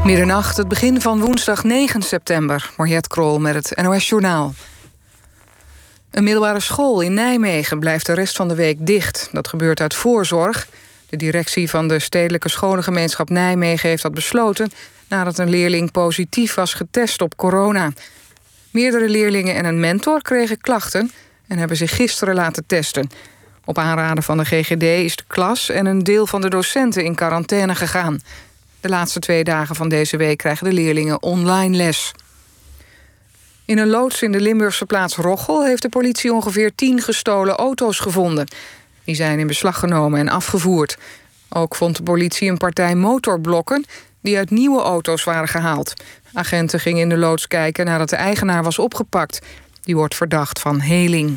Middernacht, het begin van woensdag 9 september. Mariette Krol met het NOS Journaal. Een middelbare school in Nijmegen blijft de rest van de week dicht. Dat gebeurt uit voorzorg. De directie van de stedelijke scholengemeenschap Nijmegen heeft dat besloten nadat een leerling positief was getest op corona. Meerdere leerlingen en een mentor kregen klachten en hebben zich gisteren laten testen. Op aanraden van de GGD is de klas en een deel van de docenten in quarantaine gegaan. De laatste 2 dagen van deze week krijgen de leerlingen online les. In een loods in de Limburgse plaats Roggel heeft de politie ongeveer 10 gestolen auto's gevonden. Die zijn in beslag genomen en afgevoerd. Ook vond de politie een partij motorblokken die uit nieuwe auto's waren gehaald. Agenten gingen in de loods kijken nadat de eigenaar was opgepakt. Die wordt verdacht van heling.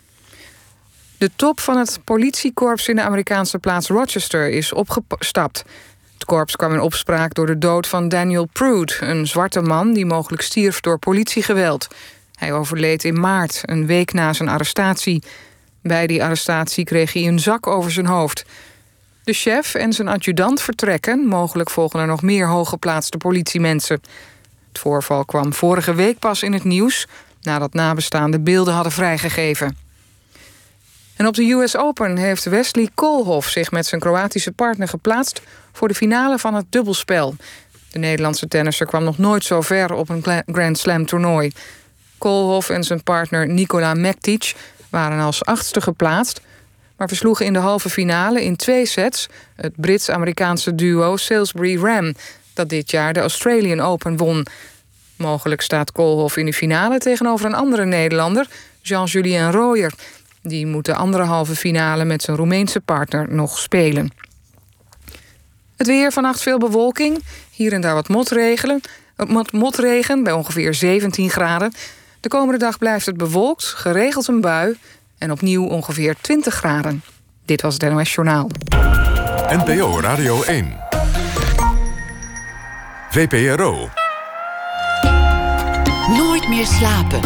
De top van het politiekorps in de Amerikaanse plaats Rochester is opgestapt. Het korps kwam in opspraak door de dood van Daniel Prude, een zwarte man die mogelijk stierf door politiegeweld. Hij overleed in maart, een week na zijn arrestatie. Bij die arrestatie kreeg hij een zak over zijn hoofd. De chef en zijn adjudant vertrekken. Mogelijk volgen er nog meer hooggeplaatste politiemensen. Het voorval kwam vorige week pas in het nieuws nadat nabestaanden beelden hadden vrijgegeven. En op de US Open heeft Wesley Koolhof zich met zijn Kroatische partner geplaatst voor de finale van het dubbelspel. De Nederlandse tennisser kwam nog nooit zo ver op een Grand Slam toernooi. Koolhof en zijn partner Nikola Mektic waren als 8e geplaatst, maar versloegen in de halve finale in 2 sets het Brits-Amerikaanse duo Salisbury-Ram, dat dit jaar de Australian Open won. Mogelijk staat Koolhof in de finale tegenover een andere Nederlander, Jean-Julien Royer. Die moet de andere halve finale met zijn Roemeense partner nog spelen. Het weer, vannacht veel bewolking. Hier en daar wat motregen bij ongeveer 17 graden. De komende dag blijft het bewolkt, geregeld een bui en opnieuw ongeveer 20 graden. Dit was het NOS Journaal. NPO Radio 1. VPRO. Nooit meer slapen.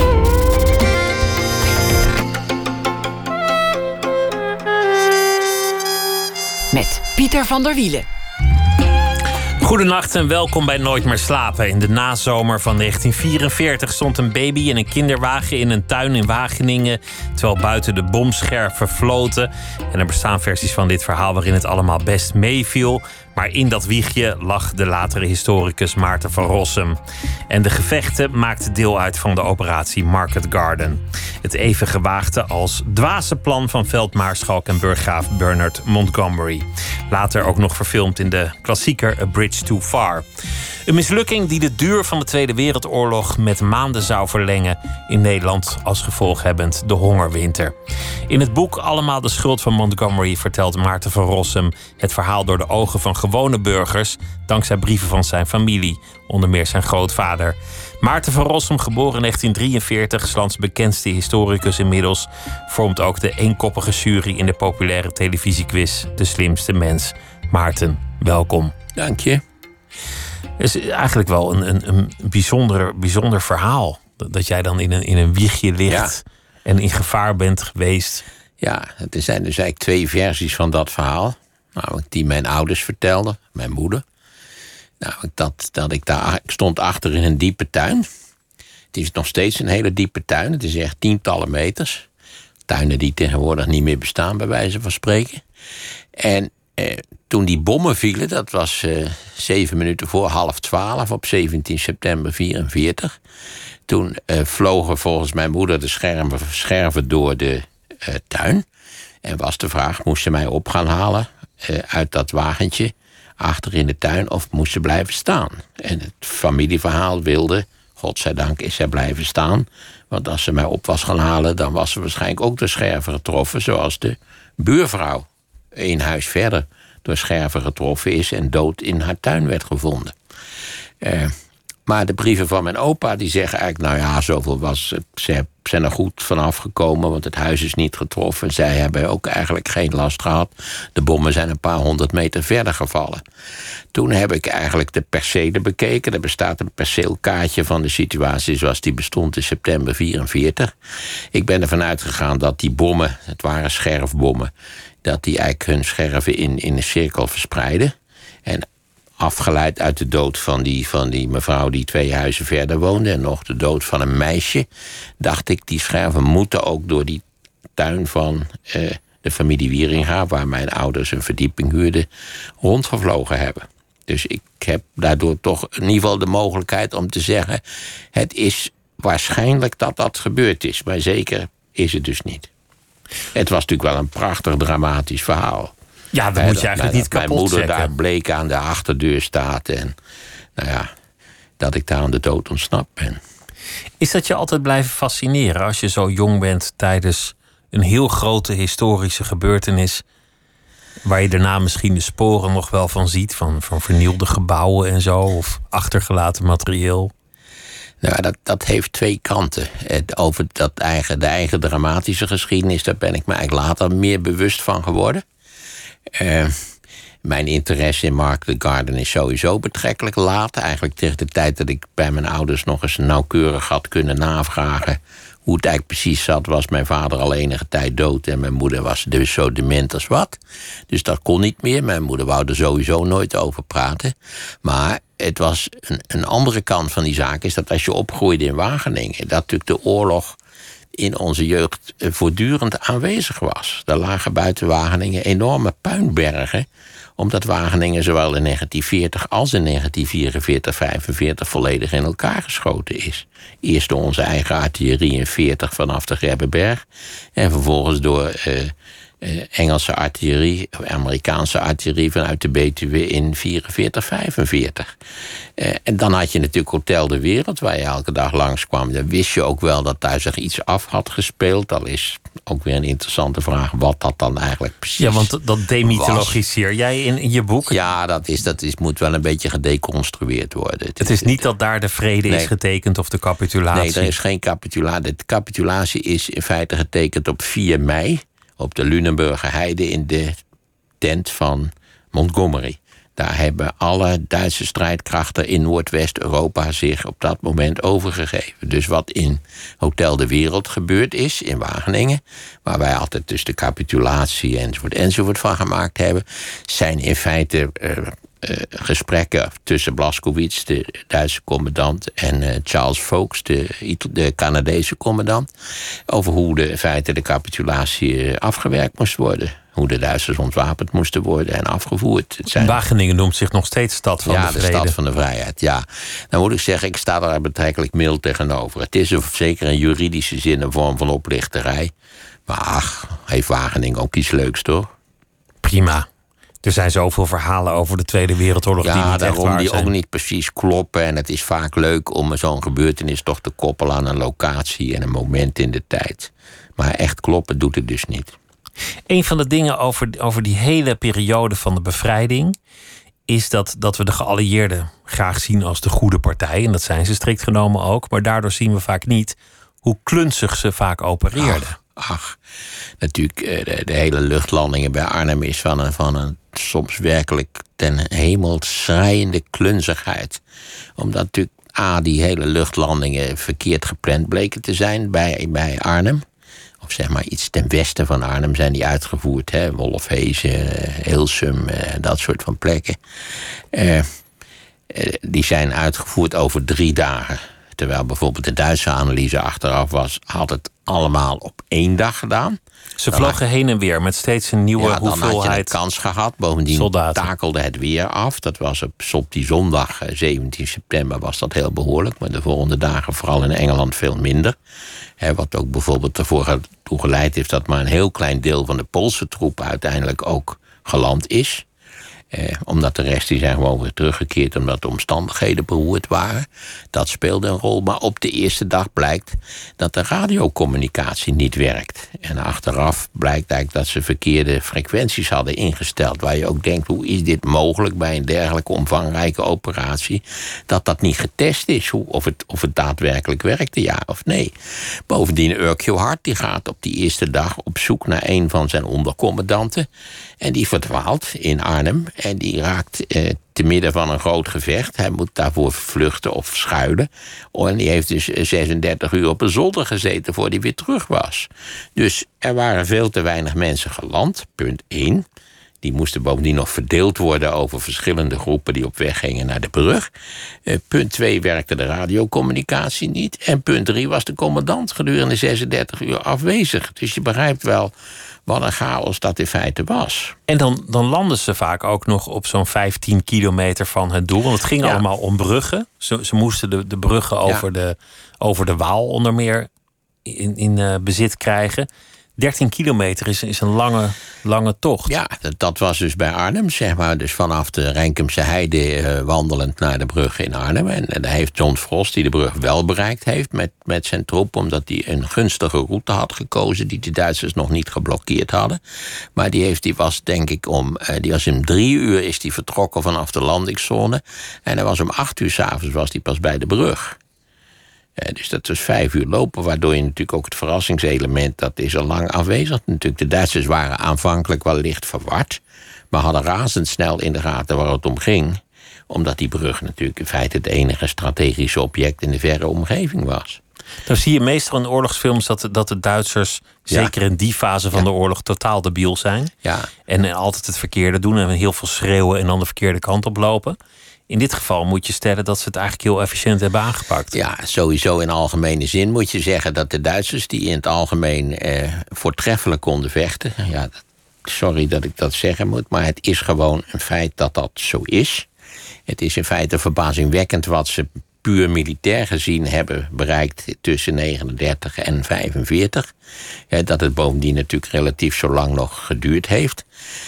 Met Pieter van der Wielen. Goedenacht en welkom bij Nooit meer slapen. In de nazomer van 1944 stond een baby in een kinderwagen in een tuin in Wageningen, terwijl buiten de bomscherven floten. En er bestaan versies van dit verhaal waarin het allemaal best meeviel. Maar in dat wiegje lag de latere historicus Maarten van Rossum. En de gevechten maakten deel uit van de operatie Market Garden. Het even gewaagde als dwaze plan van veldmaarschalk en burggraaf Bernard Montgomery. Later ook nog verfilmd in de klassieker A Bridge Too Far. Een mislukking die de duur van de Tweede Wereldoorlog met maanden zou verlengen, in Nederland als gevolg hebbend de hongerwinter. In het boek Allemaal de schuld van Montgomery vertelt Maarten van Rossum het verhaal door de ogen van gewone burgers, dankzij brieven van zijn familie, onder meer zijn grootvader. Maarten van Rossum, geboren in 1943, 's lands bekendste historicus inmiddels, vormt ook de eenkoppige jury in de populaire televisiequiz De Slimste Mens. Maarten, welkom. Dank je. Het is eigenlijk wel een bijzonder verhaal. Dat jij dan in een wiegje ligt, ja, en in gevaar bent geweest. Ja, er zijn dus eigenlijk 2 versies van dat verhaal. Nou, die mijn ouders vertelden, mijn moeder. Nou, ik stond achter in een diepe tuin. Het is nog steeds een hele diepe tuin. Het is echt tientallen meters. Tuinen die tegenwoordig niet meer bestaan, bij wijze van spreken. En toen die bommen vielen, dat was 7 minuten voor 11:30 op 17 september 1944. Toen vlogen volgens mijn moeder de scherven door de tuin. En was de vraag, moest ze mij op gaan halen uit dat wagentje achter in de tuin, of moest ze blijven staan? En het familieverhaal wilde, godzijdank is zij blijven staan. Want als ze mij op was gaan halen, dan was ze waarschijnlijk ook door scherven getroffen, zoals de buurvrouw 1 huis verder door scherven getroffen is en dood in haar tuin werd gevonden. Maar de brieven van mijn opa die zeggen eigenlijk, nou ja, zoveel was, ze zijn er goed vanaf gekomen, want het huis is niet getroffen. Zij hebben ook eigenlijk geen last gehad. De bommen zijn een paar 100 meter verder gevallen. Toen heb ik eigenlijk de percelen bekeken. Er bestaat een perceelkaartje van de situatie zoals die bestond in september 1944. Ik ben ervan uitgegaan dat die bommen, het waren scherfbommen, dat die eigenlijk hun scherven in een cirkel verspreiden. En afgeleid uit de dood van die mevrouw die 2 huizen verder woonde, en nog de dood van een meisje, dacht ik, die scherven moeten ook door die tuin van de familie Wieringa, waar mijn ouders een verdieping huurden, rondgevlogen hebben. Dus ik heb daardoor toch in ieder geval de mogelijkheid om te zeggen, het is waarschijnlijk dat dat gebeurd is, maar zeker is het dus niet. Het was natuurlijk wel een prachtig dramatisch verhaal. Ja, dat moet je eigenlijk niet kapot mijn moeder checken. daar bleek aan de achterdeur staat en dat ik daar aan de dood ontsnapt ben. Is dat je altijd blijven fascineren als je zo jong bent tijdens een heel grote historische gebeurtenis, waar je daarna misschien de sporen nog wel van ziet, van vernielde gebouwen en zo, of achtergelaten materieel? Nou, dat heeft 2 kanten. Over de eigen dramatische geschiedenis, daar ben ik me eigenlijk later meer bewust van geworden. Mijn interesse in Market Garden is sowieso betrekkelijk laat. Eigenlijk tegen de tijd dat ik bij mijn ouders nog eens nauwkeurig had kunnen navragen hoe het eigenlijk precies zat, was mijn vader al enige tijd dood en mijn moeder was dus zo dement als wat. Dus dat kon niet meer. Mijn moeder wou er sowieso nooit over praten. Maar het was een andere kant van die zaak, is dat als je opgroeide in Wageningen, dat natuurlijk de oorlog in onze jeugd voortdurend aanwezig was. Er lagen buiten Wageningen enorme puinbergen, omdat Wageningen zowel in 1940 als in 1944, 45 volledig in elkaar geschoten is. Eerst door onze eigen artillerie in 40 vanaf de Grebbeberg, en vervolgens door Engelse artillerie, Amerikaanse artillerie vanuit de Betuwe in 44, 45. En dan had je natuurlijk Hotel de Wereld, waar je elke dag langskwam. Dan wist je ook wel dat daar zich iets af had gespeeld. Al is ook weer een interessante vraag wat dat dan eigenlijk precies was. Ja, want dat demythologiseer jij in je boek. Ja, dat moet wel een beetje gedeconstrueerd worden. Het is niet dat daar de vrede is getekend of de capitulatie. Nee, er is geen capitulatie. De capitulatie is in feite getekend op 4 mei... op de Lunenburger Heide in de tent van Montgomery. Daar hebben alle Duitse strijdkrachten in Noordwest-Europa zich op dat moment overgegeven. Dus wat in Hotel de Wereld gebeurd is, in Wageningen, waar wij altijd dus de capitulatie enzovoort van gemaakt hebben, zijn in feite gesprekken tussen Blaskowitz, de Duitse commandant, en Charles Vaux, de Canadese commandant, over hoe in feite de capitulatie afgewerkt moest worden. Hoe de Duitsers ontwapend moesten worden en afgevoerd. Wageningen noemt zich nog steeds Stad van de Vrede. Ja, de Stad van de Vrijheid, ja. Dan moet ik zeggen, ik sta daar betrekkelijk mild tegenover. Het is zeker in juridische zin een vorm van oplichterij. Maar ach, heeft Wageningen ook iets leuks, toch? Prima. Er zijn zoveel verhalen over de Tweede Wereldoorlog die niet echt waar zijn. Ja, daarom die ook niet precies kloppen. En het is vaak leuk om zo'n gebeurtenis toch te koppelen aan een locatie en een moment in de tijd. Maar echt kloppen doet het dus niet. Een van de dingen over die hele periode van de bevrijding is dat we de geallieerden graag zien als de goede partij. En dat zijn ze strikt genomen ook. Maar daardoor zien we vaak niet hoe klunzig ze vaak opereerden. Ach, natuurlijk, de hele luchtlandingen bij Arnhem is van een soms werkelijk ten hemel schreiende klunzigheid. Omdat natuurlijk die hele luchtlandingen verkeerd gepland bleken te zijn bij Arnhem. Of zeg maar iets ten westen van Arnhem zijn die uitgevoerd. Hè? Wolfhezen, Hilsum, dat soort van plekken. Die zijn uitgevoerd over 3 dagen. Terwijl bijvoorbeeld de Duitse analyse achteraf had het allemaal op 1 dag gedaan. Ze vlogen heen en weer met steeds een nieuwe hoeveelheid. Dan had je een kans gehad. Bovendien soldaten. Takelde het weer af. Dat was op die zondag, 17 september, was dat heel behoorlijk. Maar de volgende dagen, vooral in Engeland, veel minder. Wat ook bijvoorbeeld ervoor toe geleid heeft dat maar een heel klein deel van de Poolse troepen uiteindelijk ook geland is. Omdat de rest die zijn gewoon weer teruggekeerd omdat de omstandigheden beroerd waren. Dat speelde een rol. Maar op de eerste dag blijkt dat de radiocommunicatie niet werkt. En achteraf blijkt eigenlijk dat ze verkeerde frequenties hadden ingesteld. Waar je ook denkt, hoe is dit mogelijk bij een dergelijke omvangrijke operatie? Dat niet getest is. Of het daadwerkelijk werkte, ja of nee. Bovendien Urquhart, die gaat op die eerste dag op zoek naar een van zijn ondercommandanten. En die verdwaalt in Arnhem. En die raakt te midden van een groot gevecht. Hij moet daarvoor vluchten of schuilen. En die heeft dus 36 uur op een zolder gezeten voordat hij weer terug was. Dus er waren veel te weinig mensen geland, punt 1. Die moesten bovendien nog verdeeld worden over verschillende groepen die op weg gingen naar de brug. Punt 2 werkte de radiocommunicatie niet. En punt 3 was de commandant gedurende 36 uur afwezig. Dus je begrijpt wel wat een chaos dat in feite was. En dan landen ze vaak ook nog op zo'n 15 kilometer van het doel. Want het ging allemaal om bruggen. Ze moesten de bruggen over de Waal onder meer in bezit krijgen. 13 kilometer is een lange tocht. Ja, dat was dus bij Arnhem, zeg maar. Dus vanaf de Rijnkemse Heide wandelend naar de brug in Arnhem. En daar heeft John Frost, die de brug wel bereikt heeft met zijn troep, omdat hij een gunstige route had gekozen die de Duitsers nog niet geblokkeerd hadden. Maar die was denk ik om 3 uur is die vertrokken vanaf de landingszone. En hij was om 8 uur 's avonds was hij pas bij de brug. Dus dat was 5 uur lopen, waardoor je natuurlijk ook het verrassingselement, dat is al lang afwezig. Natuurlijk, de Duitsers waren aanvankelijk wel licht verward, maar hadden razendsnel in de gaten waar het om ging. Omdat die brug natuurlijk in feite het enige strategische object in de verre omgeving was. Dan zie je meestal in oorlogsfilms dat de Duitsers, zeker in die fase van de oorlog, totaal debiel zijn. Ja. En altijd het verkeerde doen en heel veel schreeuwen en dan de verkeerde kant op lopen. In dit geval moet je stellen dat ze het eigenlijk heel efficiënt hebben aangepakt. Ja, sowieso in algemene zin moet je zeggen dat de Duitsers, die in het algemeen voortreffelijk konden vechten. Ja, sorry dat ik dat zeggen moet, maar het is gewoon een feit dat dat zo is. Het is in feite verbazingwekkend wat ze puur militair gezien hebben bereikt tussen 39 en 45. Dat het bovendien natuurlijk relatief zo lang nog geduurd heeft.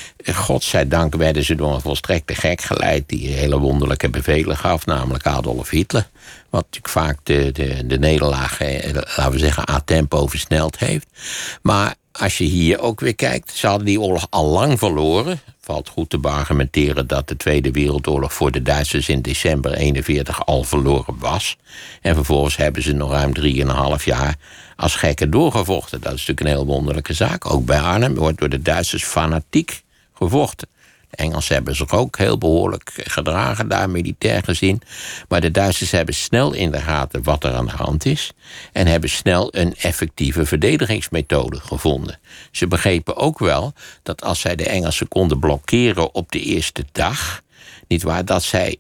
Godzijdank werden ze door een volstrekte gek geleid die hele wonderlijke bevelen gaf, namelijk Adolf Hitler. Wat natuurlijk vaak de nederlaag, laten we zeggen, à tempo versneld heeft. Maar als je hier ook weer kijkt, ze hadden die oorlog al lang verloren. Valt goed te beargumenteren dat de Tweede Wereldoorlog voor de Duitsers in december 41 al verloren was. En vervolgens hebben ze nog ruim 3,5 jaar als gekken doorgevochten. Dat is natuurlijk een heel wonderlijke zaak. Ook bij Arnhem wordt door de Duitsers fanatiek gevochten. De Engelsen hebben zich ook heel behoorlijk gedragen daar, militair gezien. Maar de Duitsers hebben snel in de gaten wat er aan de hand is. En hebben snel een effectieve verdedigingsmethode gevonden. Ze begrepen ook wel dat als zij de Engelsen konden blokkeren op de eerste dag, nietwaar, dat zij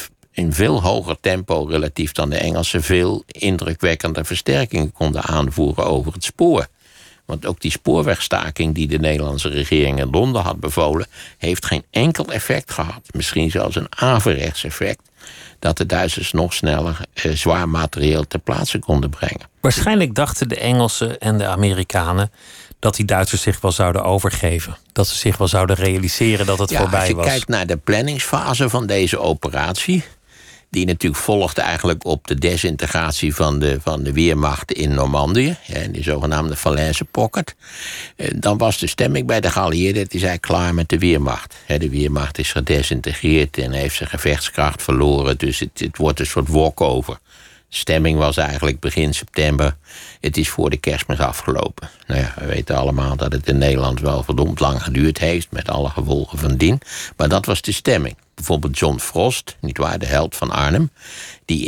in veel hoger tempo relatief dan de Engelsen veel indrukwekkende versterkingen konden aanvoeren over het spoor. Want ook die spoorwegstaking die de Nederlandse regering in Londen had bevolen, heeft geen enkel effect gehad. Misschien zelfs een averechts effect. Dat de Duitsers nog sneller zwaar materieel ter plaatse konden brengen. Waarschijnlijk dachten de Engelsen en de Amerikanen dat die Duitsers zich wel zouden overgeven. Dat ze zich wel zouden realiseren dat het voorbij was. Als je kijkt naar de planningsfase van deze operatie, die natuurlijk volgde eigenlijk op de desintegratie van de Weermacht in Normandië, die zogenaamde Falaise Pocket. Dan was de stemming bij de geallieerden, die zei klaar met de Weermacht. De Weermacht is gedesintegreerd en heeft zijn gevechtskracht verloren, dus het wordt een soort walkover. De stemming was eigenlijk begin september. Het is voor de Kerstmis afgelopen. Nou ja, we weten allemaal dat het in Nederland wel verdomd lang geduurd heeft, met alle gevolgen van dien. Maar dat was de stemming. Bijvoorbeeld John Frost, nietwaar, de held van Arnhem, die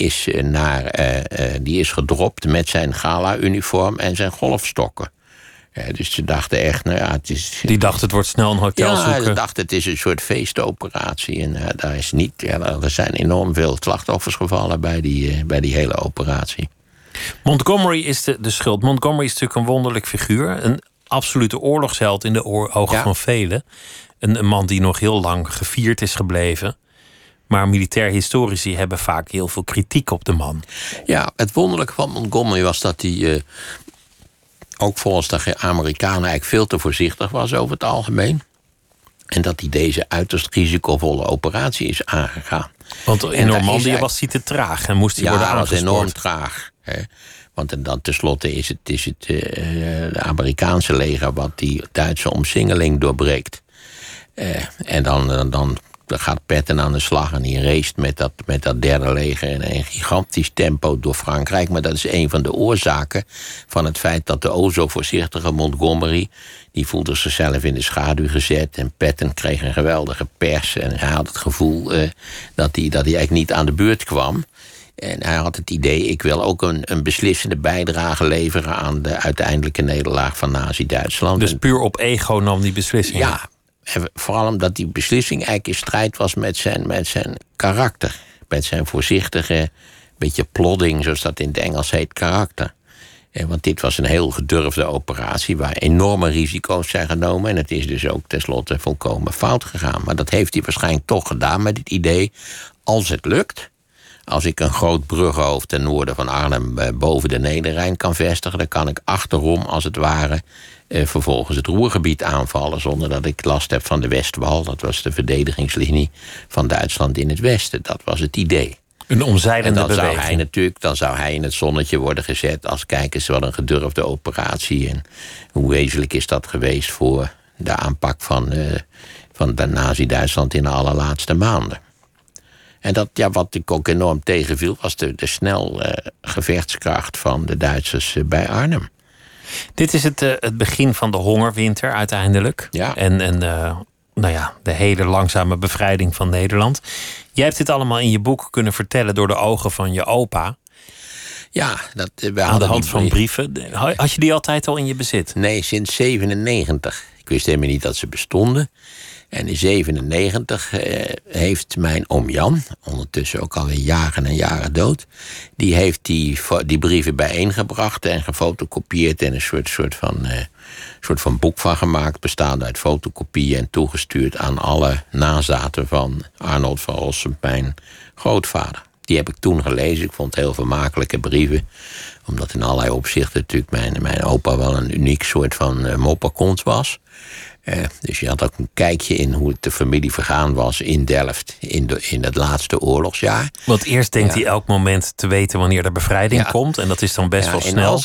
is gedropt met zijn gala-uniform en zijn golfstokken. Dus ze dachten echt, nou ja, het is. Die dachten het wordt snel een hotel zoeken. Ja, ze dachten het is een soort feestoperatie. En daar is niet. Ja, er zijn enorm veel slachtoffers gevallen bij die hele operatie. Montgomery is de schuld. Montgomery is natuurlijk een wonderlijk figuur. Een absolute oorlogsheld in de ogen van velen. Een man die nog heel lang gevierd is gebleven. Maar militair historici hebben vaak heel veel kritiek op de man. Ja, het wonderlijke van Montgomery was dat hij ook volgens de Amerikanen eigenlijk veel te voorzichtig was over het algemeen. En dat hij deze uiterst risicovolle operatie is aangegaan. Want in Normandië was hij te traag en moest hij worden aangespoord. Ja, was enorm traag. Want dan tenslotte is het de Amerikaanse leger wat die Duitse omsingeling doorbreekt. En dan gaat Patton aan de slag en die race met dat derde leger in een gigantisch tempo door Frankrijk. Maar dat is een van de oorzaken van het feit dat de zo voorzichtige Montgomery, die voelde zichzelf in de schaduw gezet. En Patton kreeg een geweldige pers en hij had het gevoel dat hij eigenlijk niet aan de beurt kwam. En hij had het idee, ik wil ook een beslissende bijdrage leveren aan de uiteindelijke nederlaag van Nazi-Duitsland. Dus puur op ego nam die beslissing. Ja, En vooral omdat die beslissing eigenlijk in strijd was met zijn karakter. Met zijn voorzichtige, beetje plodding, zoals dat in het Engels heet, karakter. Want dit was een heel gedurfde operatie waar enorme risico's zijn genomen. En het is dus ook tenslotte volkomen fout gegaan. Maar dat heeft hij waarschijnlijk toch gedaan met het idee, als het lukt, als ik een groot bruggenhoofd ten noorden van Arnhem boven de Nederrijn kan vestigen, dan kan ik achterom, als het ware, vervolgens het Roergebied aanvallen, zonder dat ik last heb van de Westwal. Dat was de verdedigingslinie van Duitsland in het westen. Dat was het idee. Een omzeilende beweging. Dan zou hij in het zonnetje worden gezet als, kijk eens, wat een gedurfde operatie. En hoe wezenlijk is dat geweest voor de aanpak van de Nazi-Duitsland in de allerlaatste maanden. En dat, wat ik ook enorm tegenviel, was de snel gevechtskracht van de Duitsers bij Arnhem. Dit is het begin van de hongerwinter uiteindelijk. Ja. En de hele langzame bevrijding van Nederland. Jij hebt dit allemaal in je boek kunnen vertellen door de ogen van je opa. Ja, aan de hand van brieven. Had je die altijd al in je bezit? Nee, sinds 1997. Ik wist helemaal niet dat ze bestonden. En in 1997 heeft mijn oom Jan, ondertussen ook alweer jaren en jaren dood, die heeft die brieven bijeengebracht en gefotocopieerd en een soort van boek van gemaakt, bestaande uit fotokopieën en toegestuurd aan alle nazaten van Arnold van Rossum, mijn grootvader. Die heb ik toen gelezen. Ik vond het heel vermakelijke brieven. Omdat in allerlei opzichten natuurlijk mijn opa wel een uniek soort van mopperkont was. Dus je had ook een kijkje in hoe het de familie vergaan was in Delft in het laatste oorlogsjaar. Want eerst denkt hij elk moment te weten wanneer de bevrijding komt. En dat is dan best wel snel.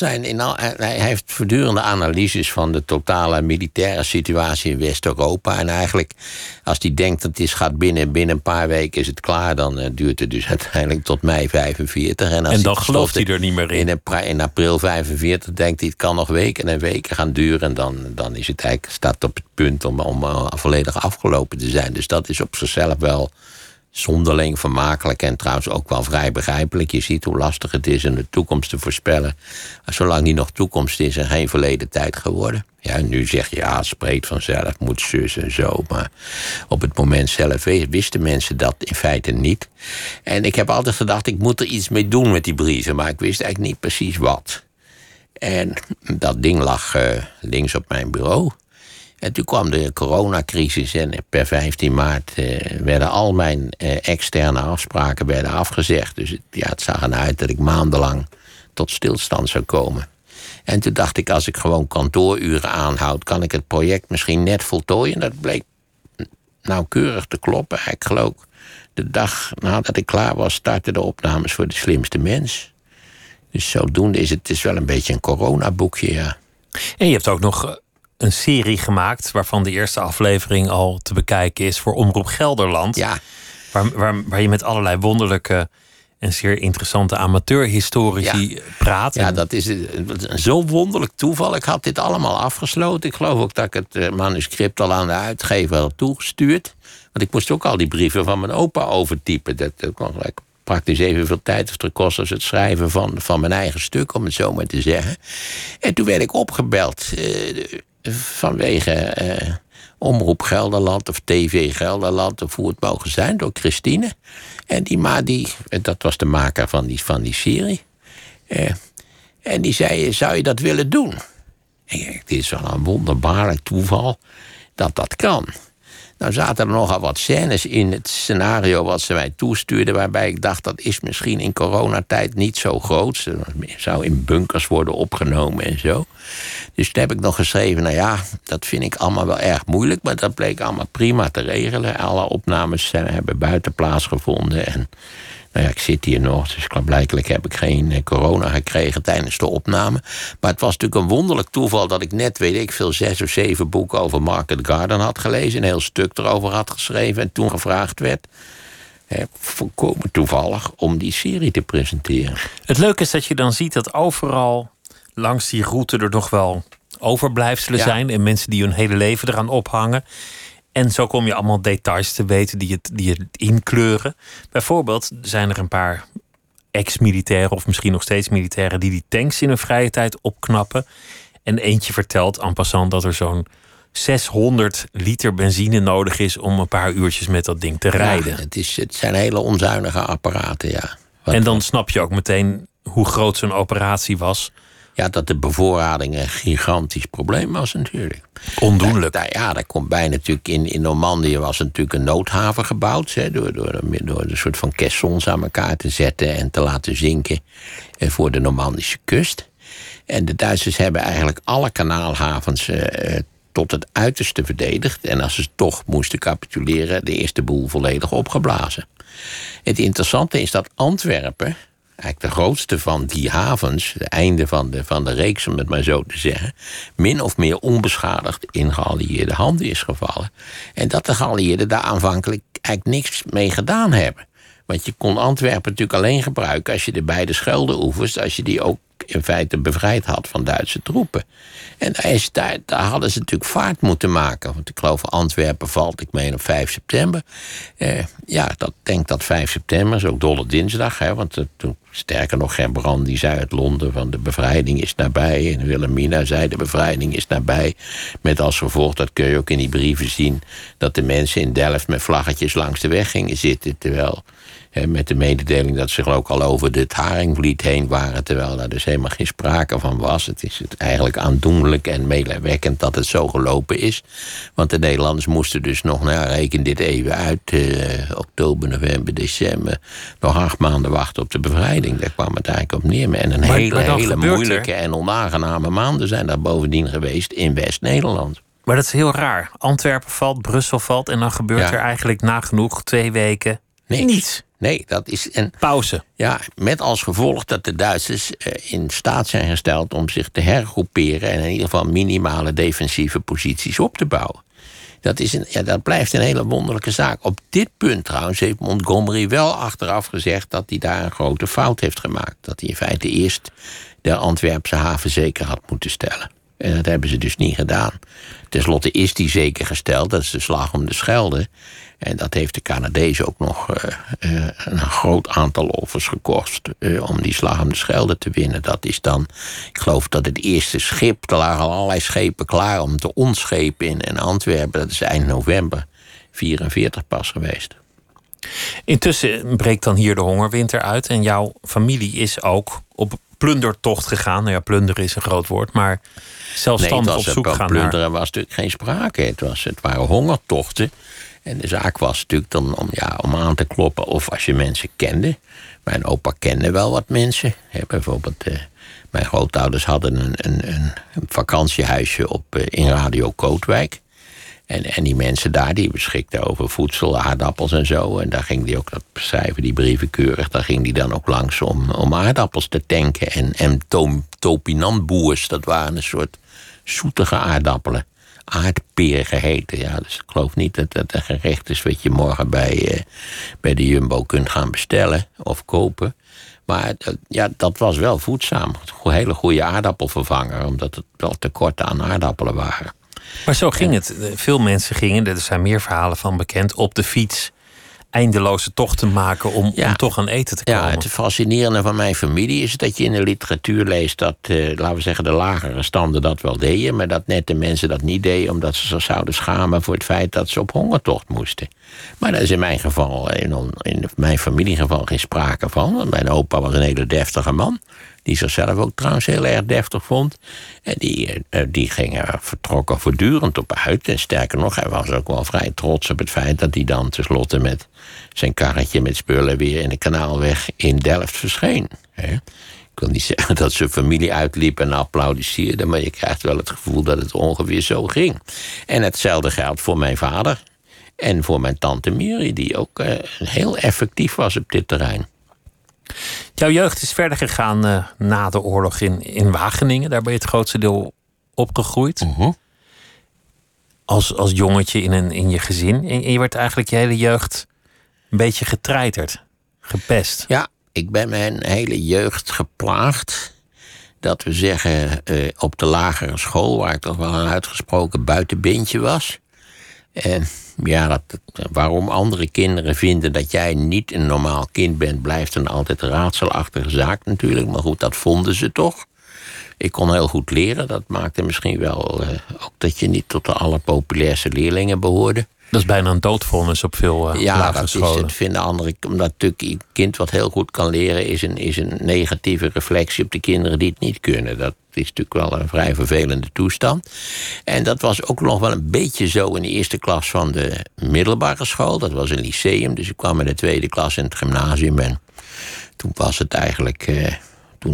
Hij heeft voortdurende analyses van de totale militaire situatie in West-Europa. En eigenlijk, als hij denkt dat het gaat binnen een paar weken is het klaar, dan duurt het dus uiteindelijk tot mei 45. En dan gelooft hij er niet meer in. In april 45 denkt hij het kan nog weken en weken gaan duren. En dan is het eigenlijk, staat op het punt om volledig afgelopen te zijn. Dus dat is op zichzelf wel zonderling, vermakelijk en trouwens ook wel vrij begrijpelijk. Je ziet hoe lastig het is om de toekomst te voorspellen. Maar zolang die nog toekomst is en geen verleden tijd geworden. Ja, nu zeg je, het spreekt vanzelf, moet zus en zo. Maar op het moment zelf wisten mensen dat in feite niet. En ik heb altijd gedacht, ik moet er iets mee doen met die brieven. Maar ik wist eigenlijk niet precies wat. En dat ding lag links op mijn bureau. En toen kwam de coronacrisis en per 15 maart werden al mijn externe afspraken afgezegd. Dus het zag ernaar uit dat ik maandenlang tot stilstand zou komen. En toen dacht ik, als ik gewoon kantooruren aanhoud, kan ik het project misschien net voltooien. Dat bleek nauwkeurig te kloppen. Ik geloof, de dag nadat ik klaar was, startten de opnames voor De Slimste Mens. Dus zodoende is het is wel een beetje een coronaboekje, ja. En je hebt ook nog een serie gemaakt waarvan de eerste aflevering al te bekijken is voor Omroep Gelderland. Ja. Waar je met allerlei wonderlijke en zeer interessante amateurhistorici praat. Ja, dat is zo'n wonderlijk toeval. Ik had dit allemaal afgesloten. Ik geloof ook dat ik het manuscript al aan de uitgever had toegestuurd. Want ik moest ook al die brieven van mijn opa overtypen. Dat kon gelijk praktisch evenveel tijd kost als het schrijven van mijn eigen stuk, om het zo maar te zeggen. En toen werd ik opgebeld vanwege Omroep Gelderland of TV Gelderland, of hoe het mogen zijn, door Christine. En dat was de maker van die serie. En die zei, zou je dat willen doen? En ik dacht, dit is wel een wonderbaarlijk toeval dat kan. Nou zaten er nogal wat scènes in het scenario wat ze mij toestuurden, waarbij ik dacht, dat is misschien in coronatijd niet zo groot. Ze zou in bunkers worden opgenomen en zo. Dus toen heb ik nog geschreven, dat vind ik allemaal wel erg moeilijk, maar dat bleek allemaal prima te regelen. Alle opnames hebben buiten plaatsgevonden en ik zit hier nog, dus blijkbaar heb ik geen corona gekregen tijdens de opname. Maar het was natuurlijk een wonderlijk toeval dat ik net, 6 of 7 boeken over Market Garden had gelezen, een heel stuk erover had geschreven en toen gevraagd werd, volkomen toevallig, om die serie te presenteren. Het leuke is dat je dan ziet dat overal langs die route er nog wel overblijfselen zijn en mensen die hun hele leven eraan ophangen. En zo kom je allemaal details te weten die het inkleuren. Bijvoorbeeld zijn er een paar ex-militairen of misschien nog steeds militairen die tanks in hun vrije tijd opknappen. En eentje vertelt en passant dat er zo'n 600 liter benzine nodig is om een paar uurtjes met dat ding te rijden. Ja, het zijn hele onzuinige apparaten, ja. En dan snap je ook meteen hoe groot zo'n operatie was. Ja, dat de bevoorrading een gigantisch probleem was natuurlijk. Ondoenlijk. Daar komt bij natuurlijk. In Normandië was natuurlijk een noodhaven gebouwd. Hè, door een soort van caissons aan elkaar te zetten en te laten zinken voor de Normandische kust. En de Duitsers hebben eigenlijk alle kanaalhavens tot het uiterste verdedigd. En als ze toch moesten capituleren, de eerste boel volledig opgeblazen. Het interessante is dat Antwerpen, eigenlijk de grootste van die havens, het einde van de reeks, om het maar zo te zeggen, min of meer onbeschadigd in geallieerde handen is gevallen. En dat de geallieerden daar aanvankelijk eigenlijk niks mee gedaan hebben. Want je kon Antwerpen natuurlijk alleen gebruiken als je de beide Schelde-oevers, als je die ook in feite bevrijd had van Duitse troepen. En daar hadden ze natuurlijk vaart moeten maken. Want ik geloof Antwerpen valt, ik meen op 5 september. Denk dat 5 september is ook Dolle Dinsdag. Hè, want toen, sterker nog, Gerbrand die zei uit Londen van de bevrijding is nabij. En Wilhelmina zei de bevrijding is nabij. Met als gevolg, dat kun je ook in die brieven zien, dat de mensen in Delft met vlaggetjes langs de weg gingen zitten. Terwijl met de mededeling dat ze ook al over het Haringvliet heen waren, terwijl daar dus helemaal geen sprake van was. Het is eigenlijk aandoenlijk en meelijwekkend dat het zo gelopen is. Want de Nederlanders moesten dus nog, reken dit even uit, oktober, november, december, nog 8 maanden wachten op de bevrijding. Daar kwam het eigenlijk op neer. En hele moeilijke en onaangename maanden zijn daar bovendien geweest in West-Nederland. Maar dat is heel raar. Antwerpen valt, Brussel valt en dan gebeurt er eigenlijk nagenoeg 2 weken niets. Nee, dat is een pauze. Ja, met als gevolg dat de Duitsers in staat zijn gesteld om zich te hergroeperen en in ieder geval minimale defensieve posities op te bouwen. Dat blijft een hele wonderlijke zaak. Op dit punt trouwens heeft Montgomery wel achteraf gezegd dat hij daar een grote fout heeft gemaakt. Dat hij in feite eerst de Antwerpse haven zeker had moeten stellen. En dat hebben ze dus niet gedaan. Ten slotte is die zeker gesteld, dat is de slag om de Schelde. En dat heeft de Canadezen ook nog een groot aantal offers gekost om die slag om de Schelde te winnen. Dat is dan, ik geloof dat het eerste schip, er lagen al allerlei schepen klaar om te ontschepen in Antwerpen. Dat is eind november 1944 pas geweest. Intussen breekt dan hier de hongerwinter uit en jouw familie is ook op plundertocht gegaan. Nou ja, plunderen is een groot woord, maar zelfstandig op zoek gaan plunderen naar. Was natuurlijk geen sprake. Het waren hongertochten. En de zaak was natuurlijk dan om aan te kloppen of als je mensen kende. Mijn opa kende wel wat mensen. Bijvoorbeeld, mijn grootouders hadden een vakantiehuisje in Radio Kootwijk. En die mensen daar, die beschikten over voedsel, aardappels en zo. En daar ging die ook, dat beschrijven die brieven keurig, daar ging die dan ook langs om aardappels te tanken. En topinamboers, dat waren een soort zoetige aardappelen. Aardperen geheten. Ja, dus ik geloof niet dat dat een gerecht is wat je morgen bij de Jumbo kunt gaan bestellen of kopen. Maar dat was wel voedzaam. Een hele goede aardappelvervanger, omdat het wel tekorten aan aardappelen waren. Maar zo ging het. Veel mensen gingen, er zijn meer verhalen van bekend, op de fiets eindeloze tochten maken om toch aan eten te komen. Ja, het fascinerende van mijn familie is dat je in de literatuur leest dat, laten we zeggen, de lagere standen dat wel deden, maar dat net de mensen dat niet deden omdat ze zich zouden schamen voor het feit dat ze op hongertocht moesten. Maar daar is in mijn geval, in mijn familiegeval, geen sprake van. Want mijn opa was een hele deftige man, die zichzelf ook trouwens heel erg deftig vond. En die vertrokken voortdurend op uit. En sterker nog, hij was ook wel vrij trots op het feit dat hij dan tenslotte met zijn karretje met spullen weer in de Kanaalweg in Delft verscheen. Ik wil niet zeggen dat zijn familie uitliep en applaudisseerde, maar je krijgt wel het gevoel dat het ongeveer zo ging. En hetzelfde geldt voor mijn vader en voor mijn tante Miri, die ook heel effectief was op dit terrein. Jouw jeugd is verder gegaan na de oorlog in Wageningen. Daar ben je het grootste deel opgegroeid. Uh-huh. Als jongetje in je gezin. En je werd eigenlijk je hele jeugd een beetje getreiterd. Gepest. Ja, ik ben mijn hele jeugd geplaagd. Dat we zeggen, op de lagere school, waar ik toch wel een uitgesproken buitenbeentje was. En waarom andere kinderen vinden dat jij niet een normaal kind bent, blijft een altijd raadselachtige zaak natuurlijk. Maar goed, dat vonden ze toch. Ik kon heel goed leren. Dat maakte misschien wel ook dat je niet tot de allerpopulairste leerlingen behoorde. Dat is bijna een doodvonnis op veel lagere scholen. Ja, dat vinden anderen. Omdat natuurlijk een kind wat heel goed kan leren is een negatieve reflectie op de kinderen die het niet kunnen. Dat is natuurlijk wel een vrij vervelende toestand. En dat was ook nog wel een beetje zo in de eerste klas van de middelbare school. Dat was een lyceum, dus ik kwam in de tweede klas in het gymnasium. En toen was het eigenlijk, toen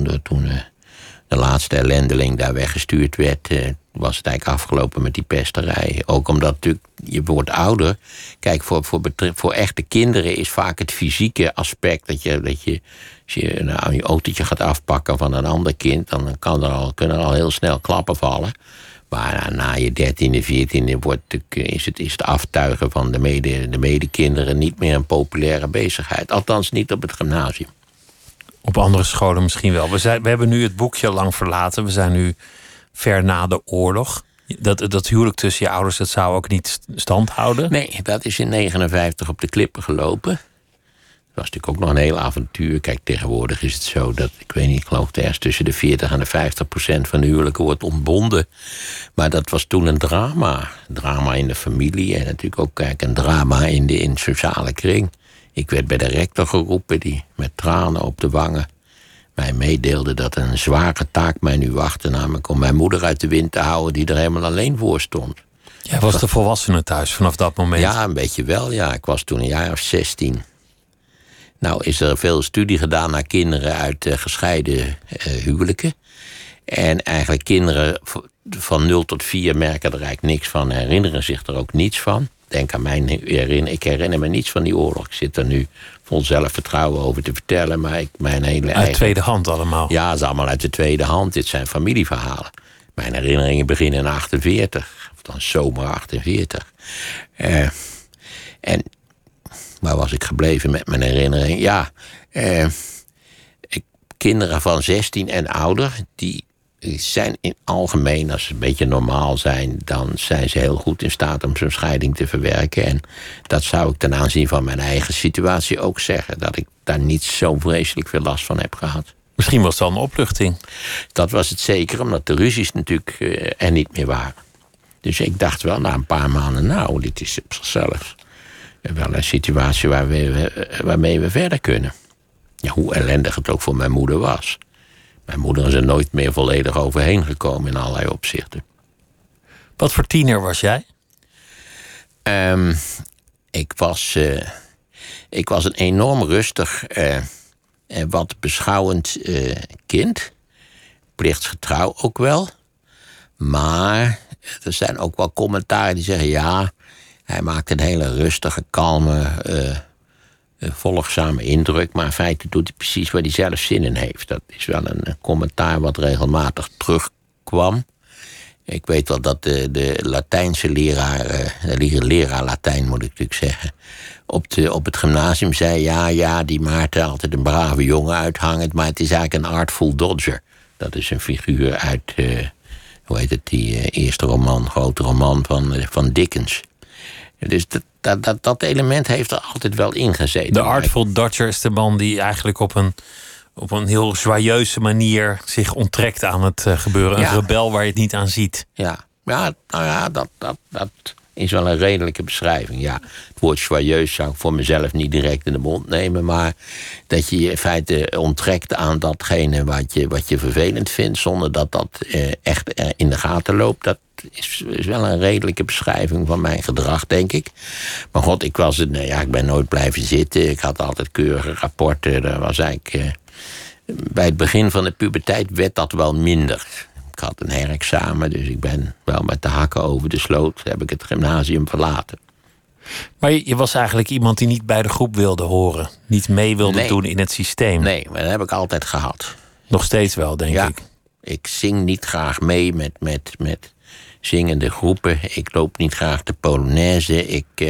de laatste ellendeling daar weggestuurd werd, was het eigenlijk afgelopen met die pesterij. Ook omdat natuurlijk, je wordt ouder. Kijk, voor echte kinderen is vaak het fysieke aspect dat je als je je autootje gaat afpakken van een ander kind, dan kunnen er al heel snel klappen vallen. Maar na je 13e, 14e is het aftuigen van de medekinderen niet meer een populaire bezigheid. Althans niet op het gymnasium. Op andere scholen misschien wel. We hebben nu het boekje lang verlaten. We zijn nu ver na de oorlog. Dat huwelijk tussen je ouders, dat zou ook niet stand houden? Nee, dat is in 1959 op de klippen gelopen. Dat was natuurlijk ook nog een heel avontuur. Kijk, tegenwoordig is het zo dat, ik weet niet, ik geloof ergens tussen de 40 en de 50% van de huwelijken wordt ontbonden. Maar dat was toen een drama. Drama in de familie en natuurlijk ook een drama in de sociale kring. Ik werd bij de rector geroepen die met tranen op de wangen mij meedeelde dat een zware taak mij nu wachtte, namelijk om mijn moeder uit de wind te houden die er helemaal alleen voor stond. Jij was de volwassene thuis vanaf dat moment? Ja, een beetje wel, ja. Ik was toen een jaar of 16. Nou is er veel studie gedaan naar kinderen uit gescheiden huwelijken. En eigenlijk kinderen van 0 tot 4 merken er eigenlijk niks van, herinneren zich er ook niets van. Denk aan ik herinner me niets van die oorlog. Ik zit er nu vol zelfvertrouwen over te vertellen, maar mijn hele uit tweede hand allemaal? Ja, het is allemaal uit de tweede hand. Dit zijn familieverhalen. Mijn herinneringen beginnen in 48, of dan zomer 48. En waar was ik gebleven met mijn herinnering? Ja, kinderen van 16 en ouder, die zijn in algemeen, als ze een beetje normaal zijn, dan zijn ze heel goed in staat om zo'n scheiding te verwerken. En dat zou ik ten aanzien van mijn eigen situatie ook zeggen, dat ik daar niet zo vreselijk veel last van heb gehad. Misschien was het wel een opluchting. Dat was het zeker, omdat de ruzies natuurlijk er niet meer waren. Dus ik dacht wel na een paar maanden, nou, dit is op zichzelf wel een situatie waarmee we verder kunnen. Ja, hoe ellendig het ook voor mijn moeder was. Mijn moeder is er nooit meer volledig overheen gekomen in allerlei opzichten. Wat voor tiener was jij? Ik was een enorm rustig en wat beschouwend kind. Plichtsgetrouw ook wel. Maar er zijn ook wel commentaren die zeggen, ja, hij maakt een hele rustige, kalme, volgzame indruk. Maar in feite doet hij precies waar hij zelf zin in heeft. Dat is wel een commentaar wat regelmatig terugkwam. Ik weet wel dat de Latijnse leraar Latijn moet ik natuurlijk zeggen, op het gymnasium zei, ja, die Maarten altijd een brave jongen uithangend, maar het is eigenlijk een artful dodger. Dat is een figuur uit, die eerste roman, grote roman van Dickens. Dus dat element heeft er altijd wel ingezeten. De artful dodger is de man die eigenlijk op een heel joyeuze manier zich onttrekt aan het gebeuren. Een rebel waar je het niet aan ziet. Ja, nou ja, dat is wel een redelijke beschrijving. Ja, het woord joyeus zou ik voor mezelf niet direct in de mond nemen, maar dat je je in feite onttrekt aan datgene wat je vervelend vindt, zonder dat echt in de gaten loopt, dat is wel een redelijke beschrijving van mijn gedrag, denk ik. Maar god, ik ben nooit blijven zitten. Ik had altijd keurige rapporten. Dat was eigenlijk, bij het begin van de puberteit werd dat wel minder. Ik had een herexamen, dus ik ben wel met de hakken over de sloot, heb ik het gymnasium verlaten. Maar je was eigenlijk iemand die niet bij de groep wilde horen. Niet mee wilde doen in het systeem. Nee, maar dat heb ik altijd gehad. Nog steeds wel, denk ik. Ik zing niet graag mee met zingende groepen. Ik loop niet graag de Polonaise.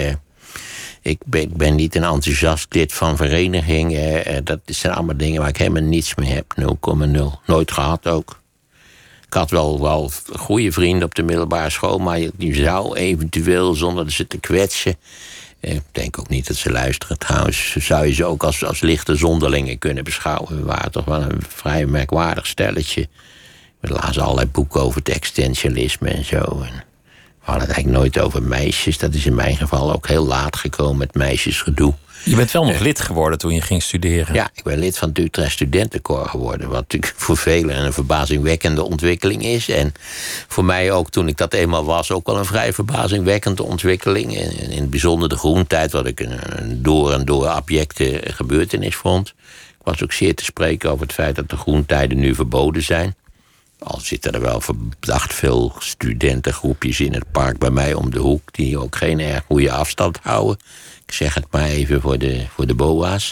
Ik ben niet een enthousiast lid van verenigingen. Dat zijn allemaal dingen waar ik helemaal niets mee heb. 0,0. Nooit gehad ook. Ik had wel goede vrienden op de middelbare school, maar die zou eventueel, zonder ze te kwetsen, ik denk ook niet dat ze luisteren trouwens, zou je ze ook als lichte zonderlingen kunnen beschouwen. We waren toch wel een vrij merkwaardig stelletje. We lazen allerlei boeken over het existentialisme en zo. En we hadden het eigenlijk nooit over meisjes. Dat is in mijn geval ook heel laat gekomen met meisjesgedoe. Je bent wel nog lid geworden toen je ging studeren. Ja, ik ben lid van het Utrecht Studentenkoor geworden. Wat natuurlijk voor velen een verbazingwekkende ontwikkeling is. En voor mij ook, toen ik dat eenmaal was, ook wel een vrij verbazingwekkende ontwikkeling. En in het bijzonder de groentijd, wat ik een door en door abjecte gebeurtenis vond. Ik was ook zeer te spreken over het feit dat de groentijden nu verboden zijn. Al zitten er wel verdacht veel studentengroepjes in het park bij mij om de hoek, die ook geen erg goede afstand houden. Ik zeg het maar even voor de boa's.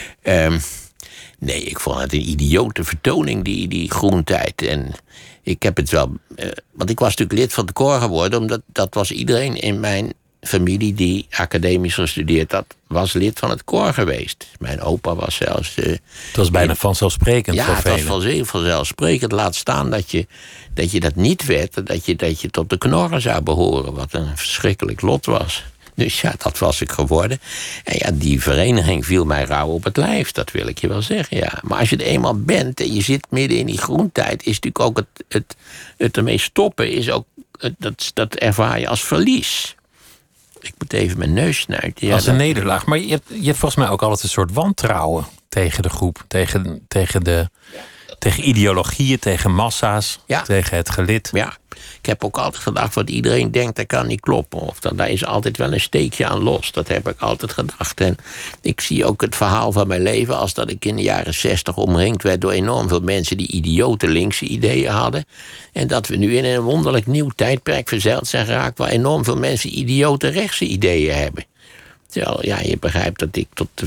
Nee, ik vond het een idiote vertoning, die groentijd. En ik heb het wel... want ik was natuurlijk lid van het koor geworden, omdat dat was iedereen in mijn familie die academisch gestudeerd had, was lid van het koor geweest. Mijn opa was zelfs... het was bijna vanzelfsprekend voor velen. Ja, het was vanzelfsprekend. Laat staan dat je dat niet werd, dat je tot de knorren zou behoren, wat een verschrikkelijk lot was. Dus ja, dat was ik geworden. En ja, die vereniging viel mij rauw op het lijf, dat wil ik je wel zeggen, ja. Maar als je er eenmaal bent en je zit midden in die groentijd, is natuurlijk ook het ermee stoppen, is ook, dat ervaar je als verlies. Ik moet even mijn neus snuiten. Ja, als een nederlaag. Maar je hebt volgens mij ook altijd een soort wantrouwen tegen de groep. Tegen ideologieën, tegen massa's, tegen het gelid. Ja, ik heb ook altijd gedacht, wat iedereen denkt, dat kan niet kloppen. Of daar is altijd wel een steekje aan los. Dat heb ik altijd gedacht. En ik zie ook het verhaal van mijn leven als dat ik in de jaren 60 omringd werd door enorm veel mensen die idiote linkse ideeën hadden. En dat we nu in een wonderlijk nieuw tijdperk verzeild zijn geraakt waar enorm veel mensen idiote rechtse ideeën hebben. Terwijl, ja, je begrijpt dat ik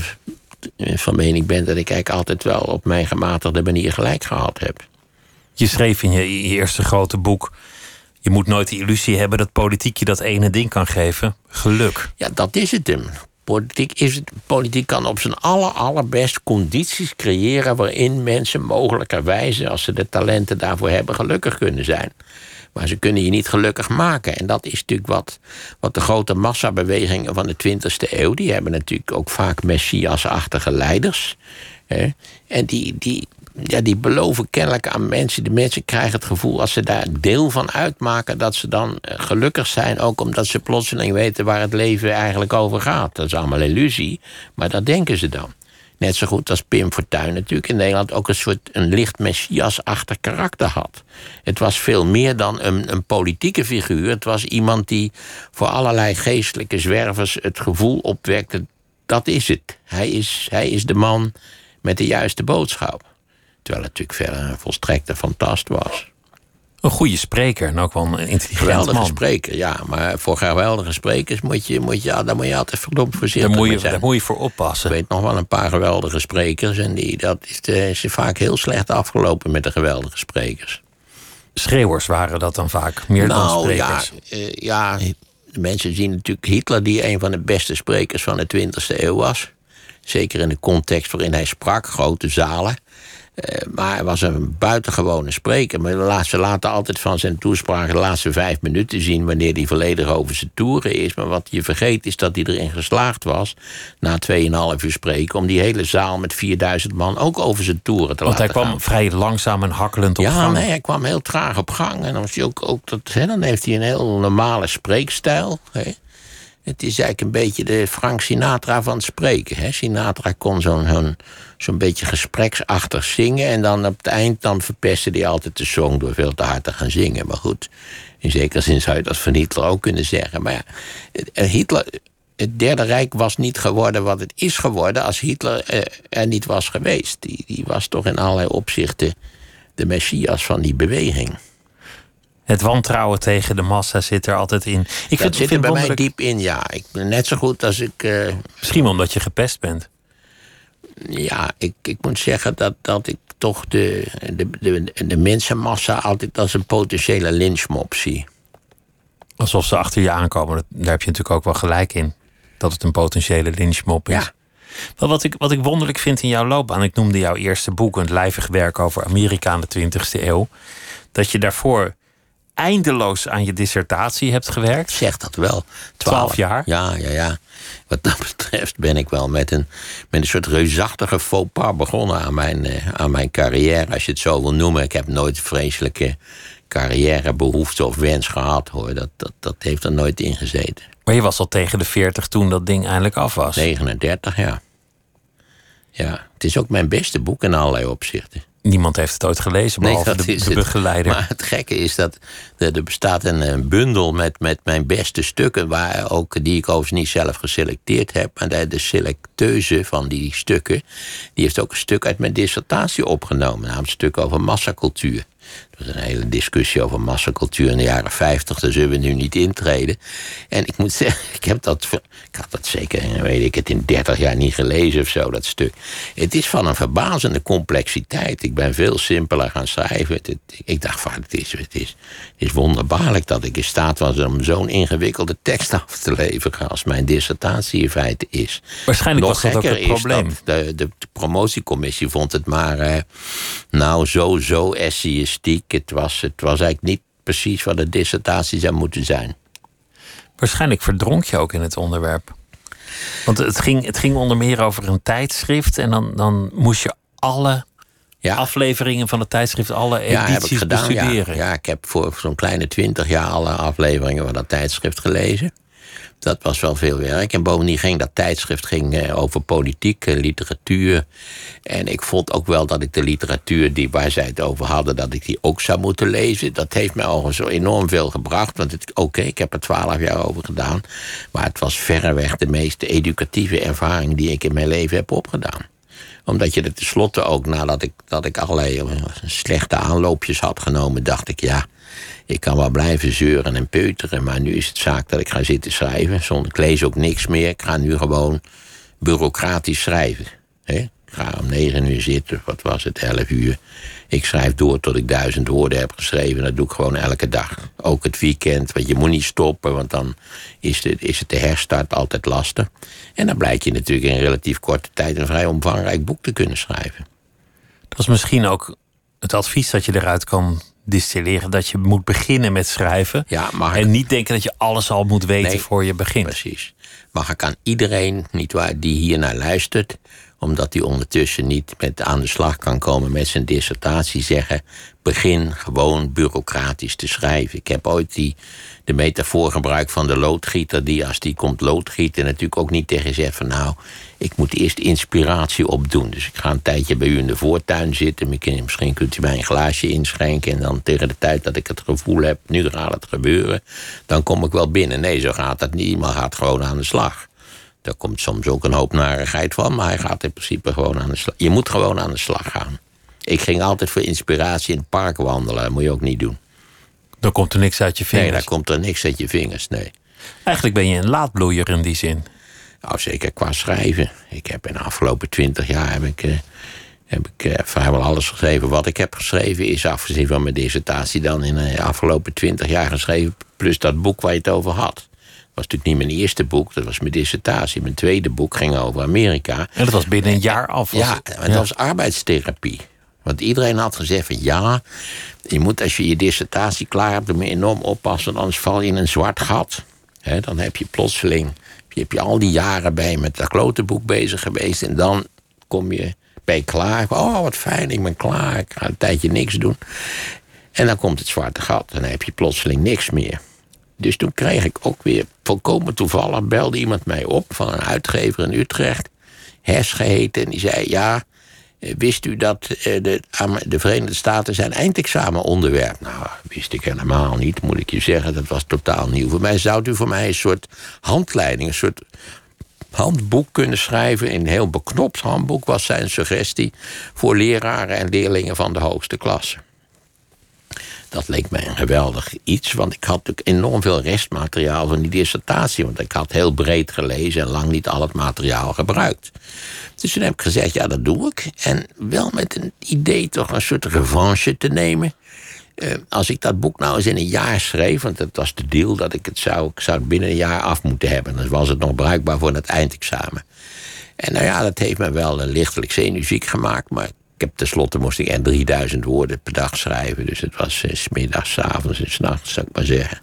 van mening ben dat ik eigenlijk altijd wel op mijn gematigde manier gelijk gehad heb. Je schreef in je eerste grote boek, je moet nooit de illusie hebben dat politiek je dat ene ding kan geven, geluk. Ja, dat is het hem. Politiek kan op zijn allerbest condities creëren waarin mensen mogelijkerwijze, als ze de talenten daarvoor hebben, gelukkig kunnen zijn. Maar ze kunnen je niet gelukkig maken. En dat is natuurlijk wat de grote massabewegingen van de 20e eeuw... die hebben natuurlijk ook vaak messiasachtige leiders. Hè? En die beloven kennelijk aan mensen. De mensen krijgen het gevoel, als ze daar deel van uitmaken, dat ze dan gelukkig zijn. Ook omdat ze plotseling weten waar het leven eigenlijk over gaat. Dat is allemaal illusie, maar dat denken ze dan. Net zo goed als Pim Fortuyn natuurlijk in Nederland ook een licht messiasachtig karakter had. Het was veel meer dan een politieke figuur. Het was iemand die voor allerlei geestelijke zwervers het gevoel opwekte, dat is het. Hij is de man met de juiste boodschap. Terwijl het natuurlijk verder een volstrekte fantast was. Een goede spreker en ook wel een intelligent geweldige man. Spreker, ja. Maar voor geweldige sprekers moet je altijd verdomd voorzichtig mee zijn. Daar moet je voor oppassen. Ik weet nog wel een paar geweldige sprekers. En dat is vaak heel slecht afgelopen met de geweldige sprekers. Schreeuwers waren dat dan vaak, meer dan sprekers? Ja, de mensen zien natuurlijk Hitler, die een van de beste sprekers van de 20e eeuw was. Zeker in de context waarin hij sprak, grote zalen. Maar hij was een buitengewone spreker. Maar ze laten altijd van zijn toespraken de laatste 5 minuten zien wanneer hij volledig over zijn toeren is. Maar wat je vergeet is dat hij erin geslaagd was, na 2,5 uur spreken, om die hele zaal met 4000 man ook over zijn toeren te laten gaan. Want hij kwam vrij langzaam en hakkelend op gang. Ja, nee, hij kwam heel traag op gang. En dan heeft hij een heel normale spreekstijl. Hè. Het is eigenlijk een beetje de Frank Sinatra van het spreken. Hè. Sinatra kon zo'n beetje gespreksachtig zingen. En dan op het eind verpestte hij altijd de song door veel te hard te gaan zingen. Maar goed, in zekere zin zou je dat van Hitler ook kunnen zeggen. Maar ja, Hitler, het Derde Rijk was niet geworden wat het is geworden als Hitler er niet was geweest. Die was toch in allerlei opzichten de messias van die beweging. Het wantrouwen tegen de massa zit er altijd in. Dat zit er bij mij diep in, ja. Ik ben net zo goed als ik... Misschien omdat je gepest bent. Ja, ik moet zeggen dat ik toch de mensenmassa altijd als een potentiële lynchmob zie. Alsof ze achter je aankomen. Daar heb je natuurlijk ook wel gelijk in. Dat het een potentiële lynchmob is. Ja. Maar wat ik wonderlijk vind in jouw loopbaan... ik noemde jouw eerste boek, een lijvig werk over Amerika in de 20e eeuw... dat je daarvoor eindeloos aan je dissertatie hebt gewerkt. Zeg dat wel. 12 jaar? Ja. Wat dat betreft ben ik wel met een soort reusachtige faux pas begonnen aan mijn carrière, als je het zo wil noemen. Ik heb nooit vreselijke carrièrebehoefte of wens gehad, hoor. Dat heeft er nooit in gezeten. Maar je was al tegen de 40 toen dat ding eindelijk af was. 39, ja. Ja, het is ook mijn beste boek in allerlei opzichten. Niemand heeft het ooit gelezen, behalve de begeleider. Maar het gekke is dat er bestaat een bundel met mijn beste stukken, die ik overigens niet zelf geselecteerd heb. Maar de selecteuze van die stukken, die heeft ook een stuk uit mijn dissertatie opgenomen. Namelijk een stuk over massacultuur. Er was een hele discussie over massacultuur in de jaren 50. Daar zullen we nu niet intreden. En ik moet zeggen, ik had dat zeker, weet ik het, in 30 jaar niet gelezen of zo, dat stuk. Het is van een verbazende complexiteit. Ik ben veel simpeler gaan schrijven. Ik dacht van, het is wonderbaarlijk dat ik in staat was om zo'n ingewikkelde tekst af te leveren als mijn dissertatie in feite is. Waarschijnlijk was dat ook het probleem. De promotiecommissie vond het maar zo essayistiek. Het was eigenlijk niet precies wat een dissertatie zou moeten zijn. Waarschijnlijk verdronk je ook in het onderwerp. Want het ging onder meer over een tijdschrift. En dan moest je alle afleveringen van het tijdschrift, alle edities bestuderen. Ja, ik heb voor zo'n kleine 20 jaar alle afleveringen van dat tijdschrift gelezen. Dat was wel veel werk. En bovendien ging dat tijdschrift over politiek, literatuur. En ik vond ook wel dat ik de literatuur waar zij het over hadden, dat ik die ook zou moeten lezen. Dat heeft mij al zo enorm veel gebracht. Want ik heb er 12 jaar over gedaan. Maar het was verreweg de meest educatieve ervaring die ik in mijn leven heb opgedaan. Omdat je er tenslotte ook, nadat ik allerlei slechte aanloopjes had genomen, dacht ik, ik kan wel blijven zeuren en peuteren, maar nu is het zaak dat ik ga zitten schrijven. Ik lees ook niks meer. Ik ga nu gewoon bureaucratisch schrijven. Ik ga om 9 uur zitten, wat was het, 11 uur. Ik schrijf door tot ik 1000 woorden heb geschreven. Dat doe ik gewoon elke dag. Ook het weekend, want je moet niet stoppen, want dan is het de herstart altijd lastig. En dan blijkt je natuurlijk in relatief korte tijd een vrij omvangrijk boek te kunnen schrijven. Dat is misschien ook het advies dat je eruit kan distilleren, dat je moet beginnen met schrijven. Ja, en niet denken dat je alles al moet weten voor je begint. Precies. Mag ik aan iedereen, nietwaar, die hier naar luistert, omdat hij ondertussen niet aan de slag kan komen met zijn dissertatie, zeggen: begin gewoon bureaucratisch te schrijven. Ik heb ooit de metafoor gebruikt van de loodgieter, die als die komt loodgieten natuurlijk ook niet tegen zegt van ik moet eerst inspiratie opdoen. Dus ik ga een tijdje bij u in de voortuin zitten. Misschien kunt u mij een glaasje inschenken en dan tegen de tijd dat ik het gevoel heb, nu gaat het gebeuren, dan kom ik wel binnen. Nee, zo gaat dat niet. Maar gaat gewoon aan de slag. Daar komt soms ook een hoop narigheid van, maar hij gaat in principe gewoon aan de slag. Je moet gewoon aan de slag gaan. Ik ging altijd voor inspiratie in het park wandelen. Dat moet je ook niet doen. Dan komt er niks uit je vingers? Nee, daar komt er niks uit je vrijwilligers, nee. Eigenlijk ben je een laatbloeier in die zin. Nou, zeker qua schrijven. Ik heb in de afgelopen 20 jaar heb ik vrijwel alles geschreven. Wat ik heb geschreven is, afgezien van mijn dissertatie, dan in de afgelopen 20 jaar geschreven, plus dat boek waar je het over had. Dat was natuurlijk niet mijn eerste boek, dat was mijn dissertatie. Mijn tweede boek ging over Amerika. En dat was binnen een jaar af? Ja, dat was arbeidstherapie. Want iedereen had gezegd van je moet als je dissertatie klaar hebt, er moet je enorm oppassen, anders val je in een zwart gat. Dan heb je plotseling, heb je al die jaren bij met dat klote boek bezig geweest en dan ben je klaar. Oh, wat fijn, ik ben klaar, ik ga een tijdje niks doen. En dan komt het zwarte gat en dan heb je plotseling niks meer. Dus toen kreeg ik ook weer, volkomen toevallig, belde iemand mij op van een uitgever in Utrecht, Hess geheten, en die zei, wist u dat de Verenigde Staten zijn eindexamenonderwerp? Nou, wist ik helemaal niet, moet ik je zeggen. Dat was totaal nieuw voor mij. Zou u voor mij een soort handleiding, een soort handboek kunnen schrijven? Een heel beknopt handboek was zijn suggestie voor leraren en leerlingen van de hoogste klasse. Dat leek mij een geweldig iets, want ik had natuurlijk enorm veel restmateriaal van die dissertatie. Want ik had heel breed gelezen en lang niet al het materiaal gebruikt. Dus toen heb ik gezegd, dat doe ik. En wel met een idee toch een soort revanche te nemen. Als ik dat boek nou eens in een jaar schreef, want dat was de deal dat ik zou het binnen een jaar af moeten hebben. Dan was het nog bruikbaar voor het eindexamen. En dat heeft me wel lichtelijk zenuwziek gemaakt, maar ik tenslotte moest ik 3000 woorden per dag schrijven. Dus het was 's middags, 's avonds en 's nachts, zou ik maar zeggen.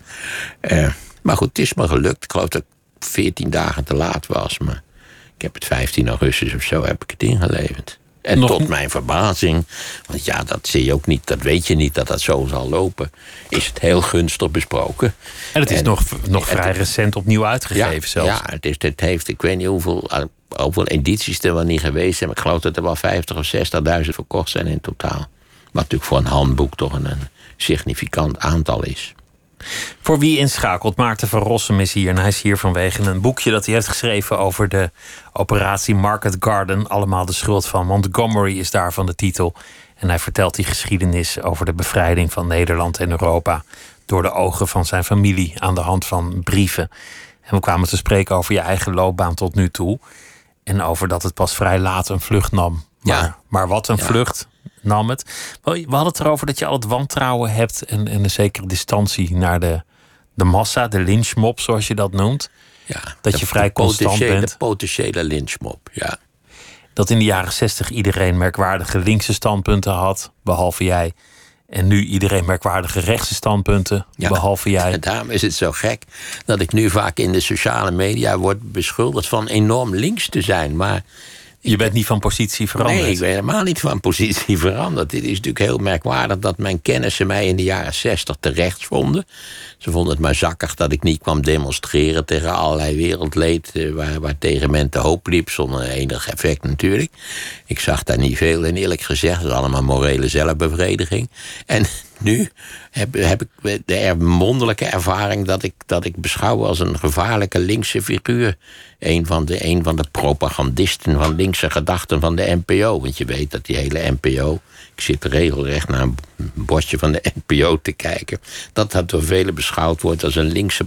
Maar goed, het is me gelukt. Ik geloof dat ik 14 dagen te laat was. Maar ik heb het 15 augustus of zo heb ik het ingeleverd. En tot mijn verbazing, want ja, dat zie je ook niet, dat weet je niet dat dat zo zal lopen, is het heel gunstig besproken. En het is nog vrij recent opnieuw uitgegeven zelfs. Ja, het heeft, ik weet niet hoeveel edities er wel niet geweest zijn, maar ik geloof dat er wel 50.000 of 60.000 verkocht zijn in totaal. Wat natuurlijk voor een handboek toch een significant aantal is. Voor wie inschakelt, Maarten van Rossum is hier. En hij is hier vanwege een boekje dat hij heeft geschreven over de operatie Market Garden. Allemaal de schuld van Montgomery is daarvan de titel. En hij vertelt die geschiedenis over de bevrijding van Nederland en Europa door de ogen van zijn familie aan de hand van brieven. En we kwamen te spreken over je eigen loopbaan tot nu toe. En over dat het pas vrij laat een vlucht nam. Maar wat een vlucht nam het. We hadden het erover dat je al het wantrouwen hebt en een zekere distantie naar de massa, de lynchmob zoals je dat noemt. Ja, dat je vrij constant bent. De potentiële lynchmob, ja. Dat in de jaren 60 iedereen merkwaardige linkse standpunten had, behalve jij. En nu iedereen merkwaardige rechtse standpunten, behalve jij. En daarom is het zo gek dat ik nu vaak in de sociale media word beschuldigd van enorm links te zijn. Maar je bent niet van positie veranderd. Nee, ik ben helemaal niet van positie veranderd. Dit is natuurlijk heel merkwaardig dat mijn kennissen mij in de jaren 60 terecht vonden. Ze vonden het maar zakkig dat ik niet kwam demonstreren tegen allerlei wereldleed, waar tegen men te hoop liep, zonder enig effect natuurlijk. Ik zag daar niet veel in, eerlijk gezegd. Dat is allemaal morele zelfbevrediging. En nu heb ik de wonderlijke ervaring dat ik beschouw als een gevaarlijke linkse figuur. Een van de propagandisten van linkse gedachten van de NPO. Want je weet dat die hele NPO, ik zit regelrecht naar een bordje van de NPO te kijken, dat door velen beschouwd wordt als een linkse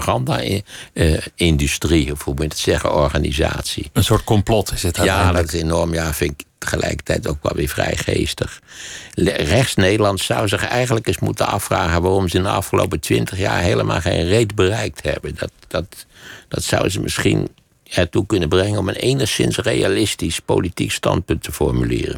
propaganda-industrie, of hoe moet je het zeggen, organisatie. Een soort complot is het uiteindelijk. Ja, dat is enorm. Ja, vind ik tegelijkertijd ook wel weer vrij geestig. Rechts-Nederland zou zich eigenlijk eens moeten afvragen waarom ze in de afgelopen 20 jaar helemaal geen reet bereikt hebben. Dat zou ze misschien ertoe kunnen brengen om een enigszins realistisch politiek standpunt te formuleren.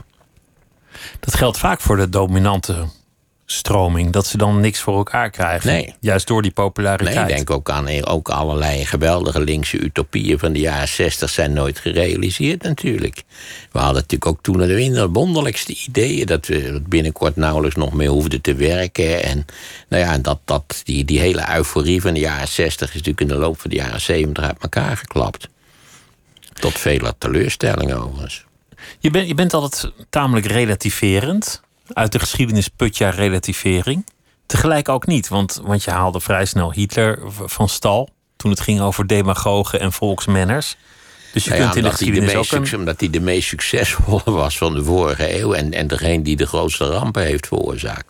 Dat geldt vaak voor de dominante stroming, dat ze dan niks voor elkaar krijgen. Nee. Juist door die populariteit. Nee, ik denk ook aan allerlei geweldige linkse utopieën van de jaren 60 zijn nooit gerealiseerd natuurlijk. We hadden natuurlijk ook toen de wonderlijkste ideeën dat we binnenkort nauwelijks nog meer hoefden te werken. En nou ja, die hele euforie van de jaren 60 is natuurlijk in de loop van de jaren 70 uit elkaar geklapt. Tot vele teleurstellingen overigens. Je bent altijd tamelijk relativerend. Uit de geschiedenis put je relativering. Tegelijk ook niet, want je haalde vrij snel Hitler van stal toen het ging over demagogen en volksmenners. Dus je kunt in de geschiedenis ook omdat hij de meest succesvolle was van de vorige eeuw en degene die de grootste rampen heeft veroorzaakt.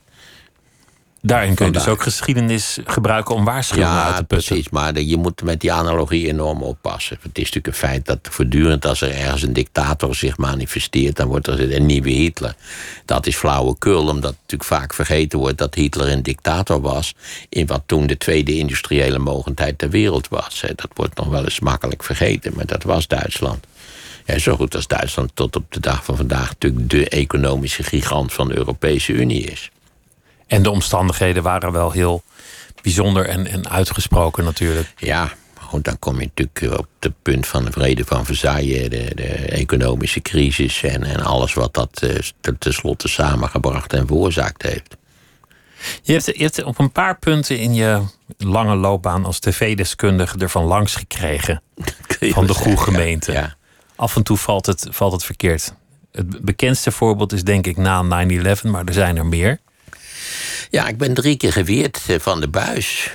Daarin kun je dus ook geschiedenis gebruiken om waarschuwingen uit te putten. Precies, maar je moet met die analogie enorm oppassen. Het is natuurlijk een feit dat voortdurend als er ergens een dictator zich manifesteert, dan wordt er een nieuwe Hitler. Dat is flauwekul, omdat natuurlijk vaak vergeten wordt dat Hitler een dictator was in wat toen de tweede industriële mogendheid ter wereld was. Dat wordt nog wel eens makkelijk vergeten, maar dat was Duitsland. Ja, zo goed als Duitsland tot op de dag van vandaag natuurlijk de economische gigant van de Europese Unie is. En de omstandigheden waren wel heel bijzonder en uitgesproken natuurlijk. Ja, maar goed, dan kom je natuurlijk op het punt van de vrede van Versailles, de economische crisis en alles wat dat tenslotte samengebracht en veroorzaakt heeft. Je hebt op een paar punten in je lange loopbaan als tv-deskundige ervan langs gekregen. Van de goede gemeente. Ja. Af en toe valt het verkeerd. Het bekendste voorbeeld is denk ik na 9/11, maar er zijn er meer. Ja, ik ben 3 keer geweerd van de buis.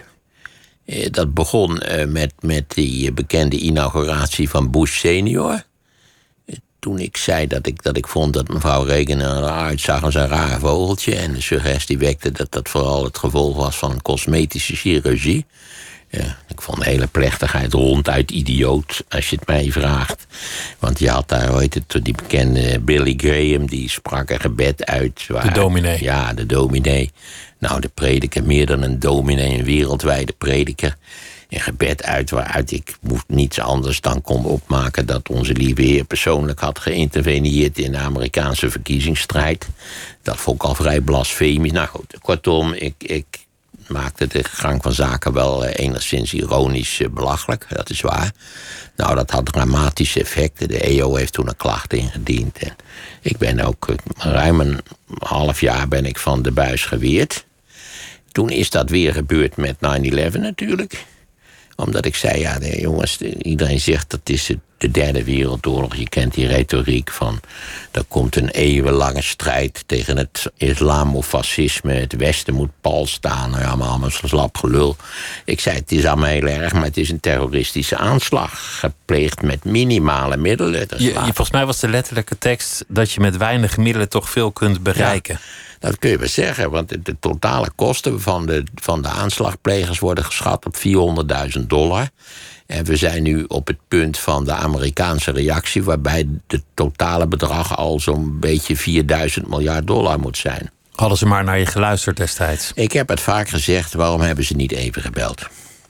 Dat begon met die bekende inauguratie van Bush senior. Toen ik zei dat ik vond dat mevrouw Reagan eruit zag als een raar vogeltje. En de suggestie wekte dat vooral het gevolg was van een cosmetische chirurgie. Ja, ik vond de hele plechtigheid ronduit idioot, als je het mij vraagt. Want je had daar, hoe heet het, die bekende Billy Graham, die sprak een gebed uit. De dominee. Ja, de dominee. Nou, de prediker, meer dan een dominee, een wereldwijde prediker. een gebed uit waaruit ik niets anders dan kon opmaken dat onze lieve Heer persoonlijk had geïnterveneerd in de Amerikaanse verkiezingsstrijd. Dat vond ik al vrij blasfemisch. Nou goed, kortom, ik maakte de gang van zaken wel enigszins ironisch belachelijk. Dat is waar. Nou, dat had dramatische effecten. De EO heeft toen een klacht ingediend. En ik ben ook ruim een half jaar ben ik van de buis geweerd. Toen is dat weer gebeurd met 9/11 natuurlijk. Omdat ik zei, ja, nee, jongens, iedereen zegt dat is de derde wereldoorlog. Je kent die retoriek van, er komt een eeuwenlange strijd tegen het islamofascisme. Het Westen moet pal staan. Nou ja, maar allemaal slap gelul. Ik zei, het is allemaal heel erg, maar het is een terroristische aanslag. Gepleegd met minimale middelen. Volgens mij was de letterlijke tekst dat je met weinig middelen toch veel kunt bereiken. Ja. Dat kun je wel zeggen, want de totale kosten van de aanslagplegers worden geschat op $400.000. En we zijn nu op het punt van de Amerikaanse reactie, waarbij het totale bedrag al zo'n beetje $4.000 miljard moet zijn. Hadden ze maar naar je geluisterd destijds? Ik heb het vaak gezegd, waarom hebben ze niet even gebeld?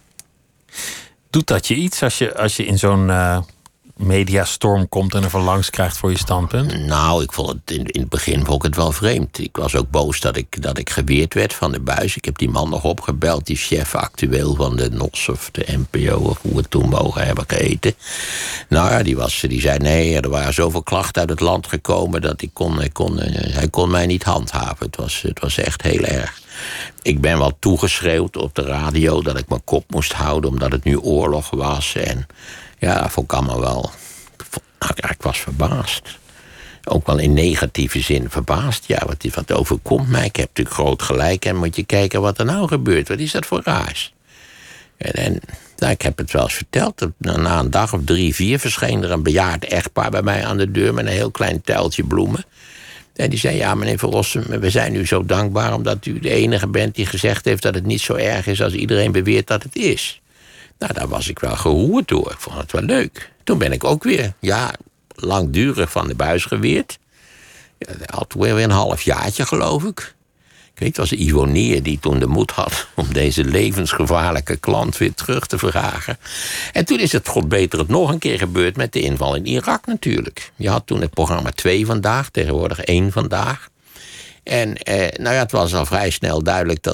Doet dat je iets als je in zo'n mediastorm komt en er van langs krijgt voor je standpunt? Nou, ik vond het in het begin vond ik het wel vreemd. Ik was ook boos dat ik geweerd werd van de buis. Ik heb die man nog opgebeld, die chef actueel van de NOS of de NPO, of hoe we het toen mogen hebben geheten. Nou ja, die zei nee, er waren zoveel klachten uit het land gekomen dat hij kon mij niet handhaven. Het was echt heel erg. Ik ben wel toegeschreeuwd op de radio dat ik mijn kop moest houden omdat het nu oorlog was. En ja, dat vond ik allemaal wel. Ik was verbaasd. Ook wel in negatieve zin verbaasd. Ja, wat overkomt mij? Ik heb natuurlijk groot gelijk. En moet je kijken wat er nou gebeurt. Wat is dat voor raars? En nou, ik heb het wel eens verteld. Na een dag of 3, 4 verscheen er een bejaard echtpaar bij mij aan de deur met een heel klein tuiltje bloemen. En die zei, ja, meneer Van Rossum, we zijn u zo dankbaar omdat u de enige bent die gezegd heeft dat het niet zo erg is als iedereen beweert dat het is. Nou, daar was ik wel geroerd door. Ik vond het wel leuk. Toen ben ik ook weer, langdurig van de buis geweerd. Had weer een halfjaartje, geloof ik. Ik weet, het was Ivonie die toen de moed had om deze levensgevaarlijke klant weer terug te vragen. En toen is het, god beter, het nog een keer gebeurd met de inval in Irak natuurlijk. Je had toen het programma 2 vandaag, tegenwoordig 1 vandaag. En het was al vrij snel duidelijk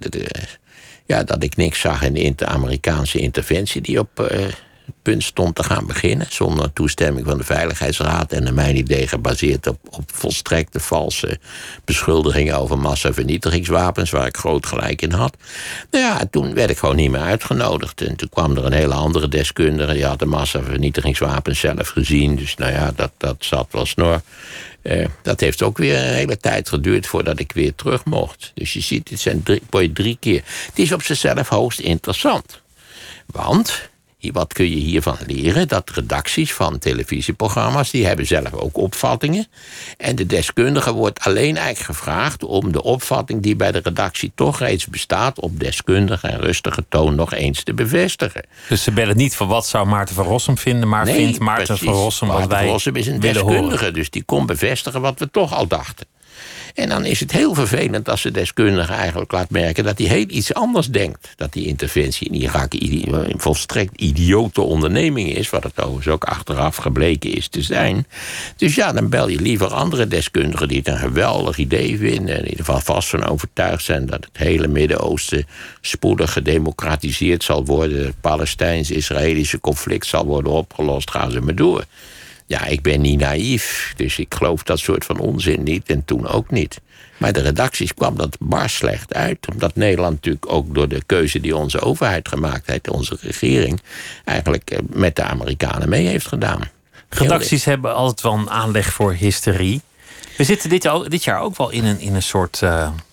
dat ik niks zag in de Amerikaanse interventie die op het punt stond te gaan beginnen. Zonder toestemming van de Veiligheidsraad en naar mijn idee gebaseerd op volstrekte valse beschuldigingen over massavernietigingswapens, waar ik groot gelijk in had. Nou ja, toen werd ik gewoon niet meer uitgenodigd. En toen kwam er een hele andere deskundige, die had de massavernietigingswapens zelf gezien. Dus nou ja, dat zat wel snor. Dat heeft ook weer een hele tijd geduurd voordat ik weer terug mocht. Dus je ziet, het zijn 3 keer. Het is op zichzelf hoogst interessant. Want, wat kun je hiervan leren? Dat redacties van televisieprogramma's, die hebben zelf ook opvattingen. En de deskundige wordt alleen eigenlijk gevraagd om de opvatting die bij de redactie toch reeds bestaat op deskundige en rustige toon nog eens te bevestigen. Dus ze bellen niet van wat zou Maarten van Rossum vinden, maar vindt Maarten van Rossum wat wij Maarten van Rossum is een deskundige, horen. Dus die kon bevestigen wat we toch al dachten. En dan is het heel vervelend als de deskundige eigenlijk laat merken dat hij heel iets anders denkt. Dat die interventie in Irak een volstrekt idiote onderneming is, wat het overigens ook achteraf gebleken is te zijn. Dus ja, dan bel je liever andere deskundigen die het een geweldig idee vinden. En in ieder geval vast van overtuigd zijn dat het hele Midden-Oosten spoedig gedemocratiseerd zal worden. Het Palestijns-Israëlische conflict zal worden opgelost. Gaan ze maar door. Ja, ik ben niet naïef, dus ik geloof dat soort van onzin niet en toen ook niet. Maar de redacties kwam dat bar slecht uit, omdat Nederland natuurlijk ook door de keuze die onze overheid gemaakt heeft, onze regering, eigenlijk met de Amerikanen mee heeft gedaan. Redacties hebben altijd wel een aanleg voor hysterie. We zitten dit jaar ook wel in een soort,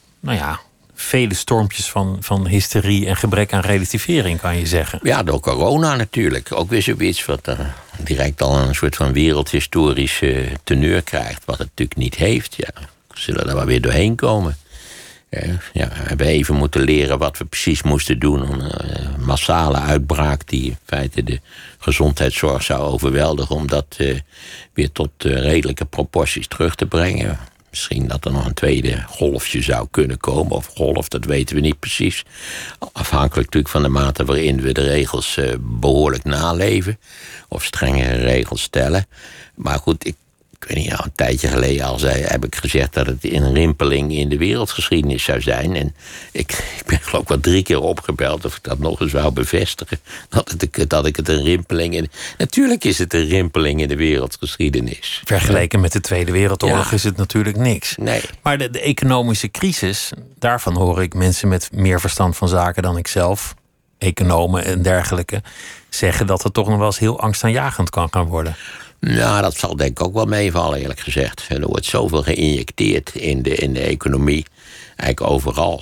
vele stormpjes van hysterie en gebrek aan relativering, kan je zeggen. Ja, door corona natuurlijk. Ook weer zoiets wat direct al een soort van wereldhistorische teneur krijgt. Wat het natuurlijk niet heeft. Ja, we zullen er wel weer doorheen komen. We hebben even moeten leren wat we precies moesten doen om een massale uitbraak die in feite de gezondheidszorg zou overweldigen, om dat weer tot redelijke proporties terug te brengen. Misschien dat er nog een tweede golfje zou kunnen komen. Of golf, dat weten we niet precies. Afhankelijk natuurlijk van de mate waarin we de regels behoorlijk naleven. Of strengere regels stellen. Maar goed, ik weet niet, een tijdje geleden al heb ik gezegd dat het een rimpeling in de wereldgeschiedenis zou zijn. En ik ben geloof ik wel 3 keer opgebeld of ik dat nog eens wou bevestigen. Dat ik het een rimpeling... Natuurlijk is het een rimpeling in de wereldgeschiedenis. Vergeleken met de Tweede Wereldoorlog is het natuurlijk niks. Nee. Maar de economische crisis, daarvan hoor ik mensen met meer verstand van zaken dan ik zelf, economen en dergelijke, zeggen dat het toch nog wel eens heel angstaanjagend kan gaan worden. Nou, dat zal denk ik ook wel meevallen, eerlijk gezegd. Er wordt zoveel geïnjecteerd in de economie. Eigenlijk overal.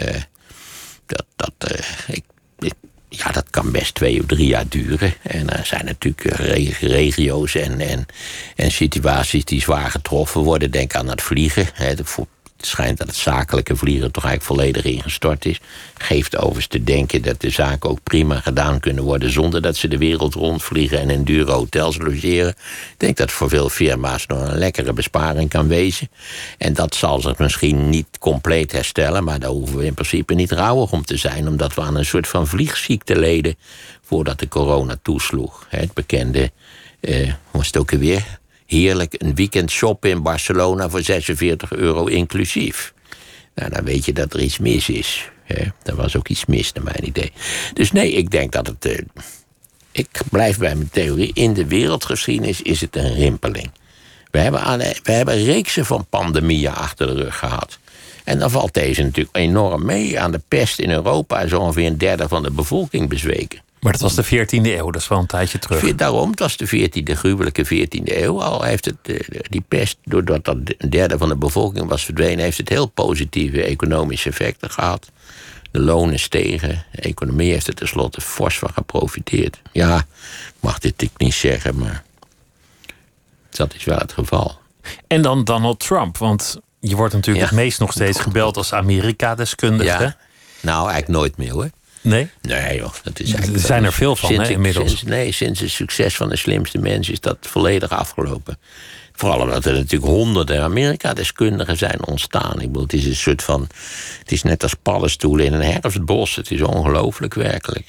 Dat kan best 2 of 3 jaar duren. En er zijn natuurlijk regio's en situaties die zwaar getroffen worden. Denk aan het vliegen. Het schijnt dat het zakelijke vliegen toch eigenlijk volledig ingestort is. Geeft overigens te denken dat de zaken ook prima gedaan kunnen worden zonder dat ze de wereld rondvliegen en in dure hotels logeren. Ik denk dat voor veel firma's nog een lekkere besparing kan wezen. En dat zal zich misschien niet compleet herstellen, maar daar hoeven we in principe niet rouwig om te zijn, omdat we aan een soort van vliegziekte leden voordat de corona toesloeg. Het bekende, hoe was het ook alweer? Heerlijk een weekend shoppen in Barcelona voor €46 inclusief. Nou, dan weet je dat er iets mis is. Er was ook iets mis, naar mijn idee. Dus nee, ik denk dat het... ik blijf bij mijn theorie. In de wereldgeschiedenis is het een rimpeling. We hebben reeksen van pandemieën achter de rug gehad. En dan valt deze natuurlijk enorm mee. Aan de pest in Europa is ongeveer 1/3 van de bevolking bezweken. Maar dat was de 14e eeuw, dat is wel een tijdje terug. Daarom, het was de gruwelijke 14e eeuw. Al heeft het die pest, doordat dat 1/3 van de bevolking was verdwenen, heeft het heel positieve economische effecten gehad. De lonen stegen, de economie heeft er tenslotte fors van geprofiteerd. Ja, ik mag dit niet zeggen, maar dat is wel het geval. En dan Donald Trump, want je wordt natuurlijk het meest nog steeds gebeld als Amerika-deskundige. Ja. Nou, eigenlijk nooit meer, hoor. Nee? Nee, joh. Dat is er zijn er veel van, inmiddels. Sinds het succes van de slimste mens is dat volledig afgelopen. Vooral omdat er natuurlijk honderden Amerika-deskundigen zijn ontstaan. Ik bedoel, het is een soort van... Het is net als paddenstoelen in een herfstbos. Het is ongelooflijk, werkelijk.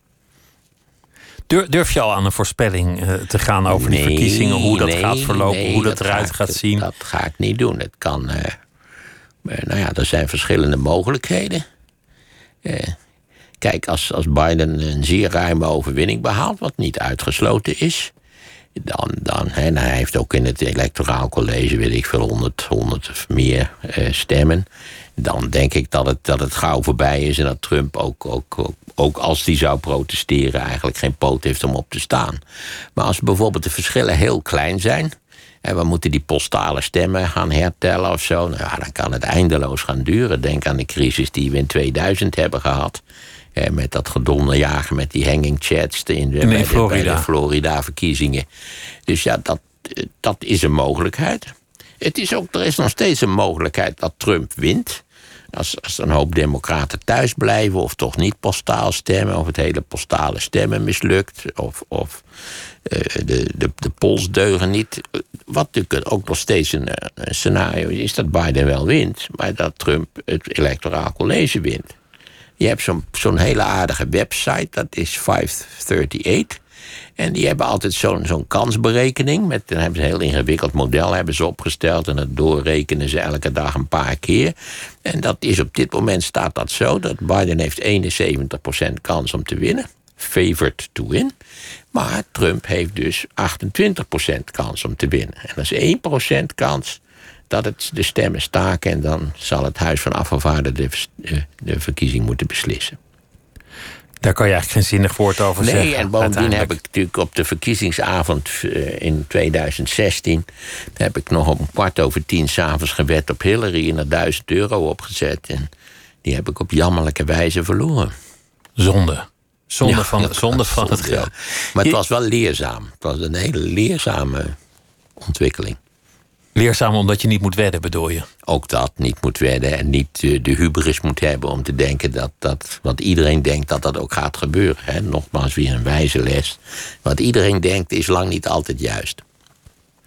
Durf je al aan een voorspelling te gaan over die verkiezingen? Hoe dat gaat verlopen, hoe dat eruit gaat zien? Dat ga ik niet doen. Het kan... er zijn verschillende mogelijkheden. Kijk, als Biden een zeer ruime overwinning behaalt, wat niet uitgesloten is, dan hij heeft ook in het electoraal college, weet ik veel, 100 of meer stemmen. Dan denk ik dat het gauw voorbij is en dat Trump ook als die zou protesteren eigenlijk geen poot heeft om op te staan. Maar als bijvoorbeeld de verschillen heel klein zijn en we moeten die postale stemmen gaan hertellen of zo, nou ja, dan kan het eindeloos gaan duren. Denk aan de crisis die we in 2000 hebben gehad. Met dat gedonderjagen met die hanging chats bij de Florida-verkiezingen. Dus ja, dat is een mogelijkheid. Er is nog steeds een mogelijkheid dat Trump wint. Als een hoop democraten thuis blijven of toch niet postaal stemmen, of het hele postale stemmen mislukt, of de polls deugen niet. Wat natuurlijk ook nog steeds een scenario is dat Biden wel wint, maar dat Trump het electoraal college wint. Je hebt zo'n hele aardige website, dat is 538. En die hebben altijd zo'n kansberekening. Dan hebben ze een heel ingewikkeld model hebben ze opgesteld. En dat doorrekenen ze elke dag een paar keer. En dat is op dit moment staat dat zo. Dat Biden heeft 71% kans om te winnen. Favored to win. Maar Trump heeft dus 28% kans om te winnen. En dat is 1% kans dat het de stemmen staken. En dan zal het Huis van Afgevaardigden de verkiezing moeten beslissen. Daar kan je eigenlijk geen zinnig woord over zeggen. Nee, en bovendien heb ik natuurlijk op de verkiezingsavond in 2016... heb ik nog om 9:15 s'avonds gewet op Hillary en er €1.000 opgezet. En die heb ik op jammerlijke wijze verloren. Zonde van het geld. Ja. Maar het was wel leerzaam. Het was een hele leerzame ontwikkeling. Leerzaam omdat je niet moet wedden, bedoel je? Ook dat, niet moet wedden en niet de hubris moet hebben om te denken dat want iedereen denkt dat dat ook gaat gebeuren. Hè? Nogmaals weer een wijze les. Wat iedereen denkt is lang niet altijd juist.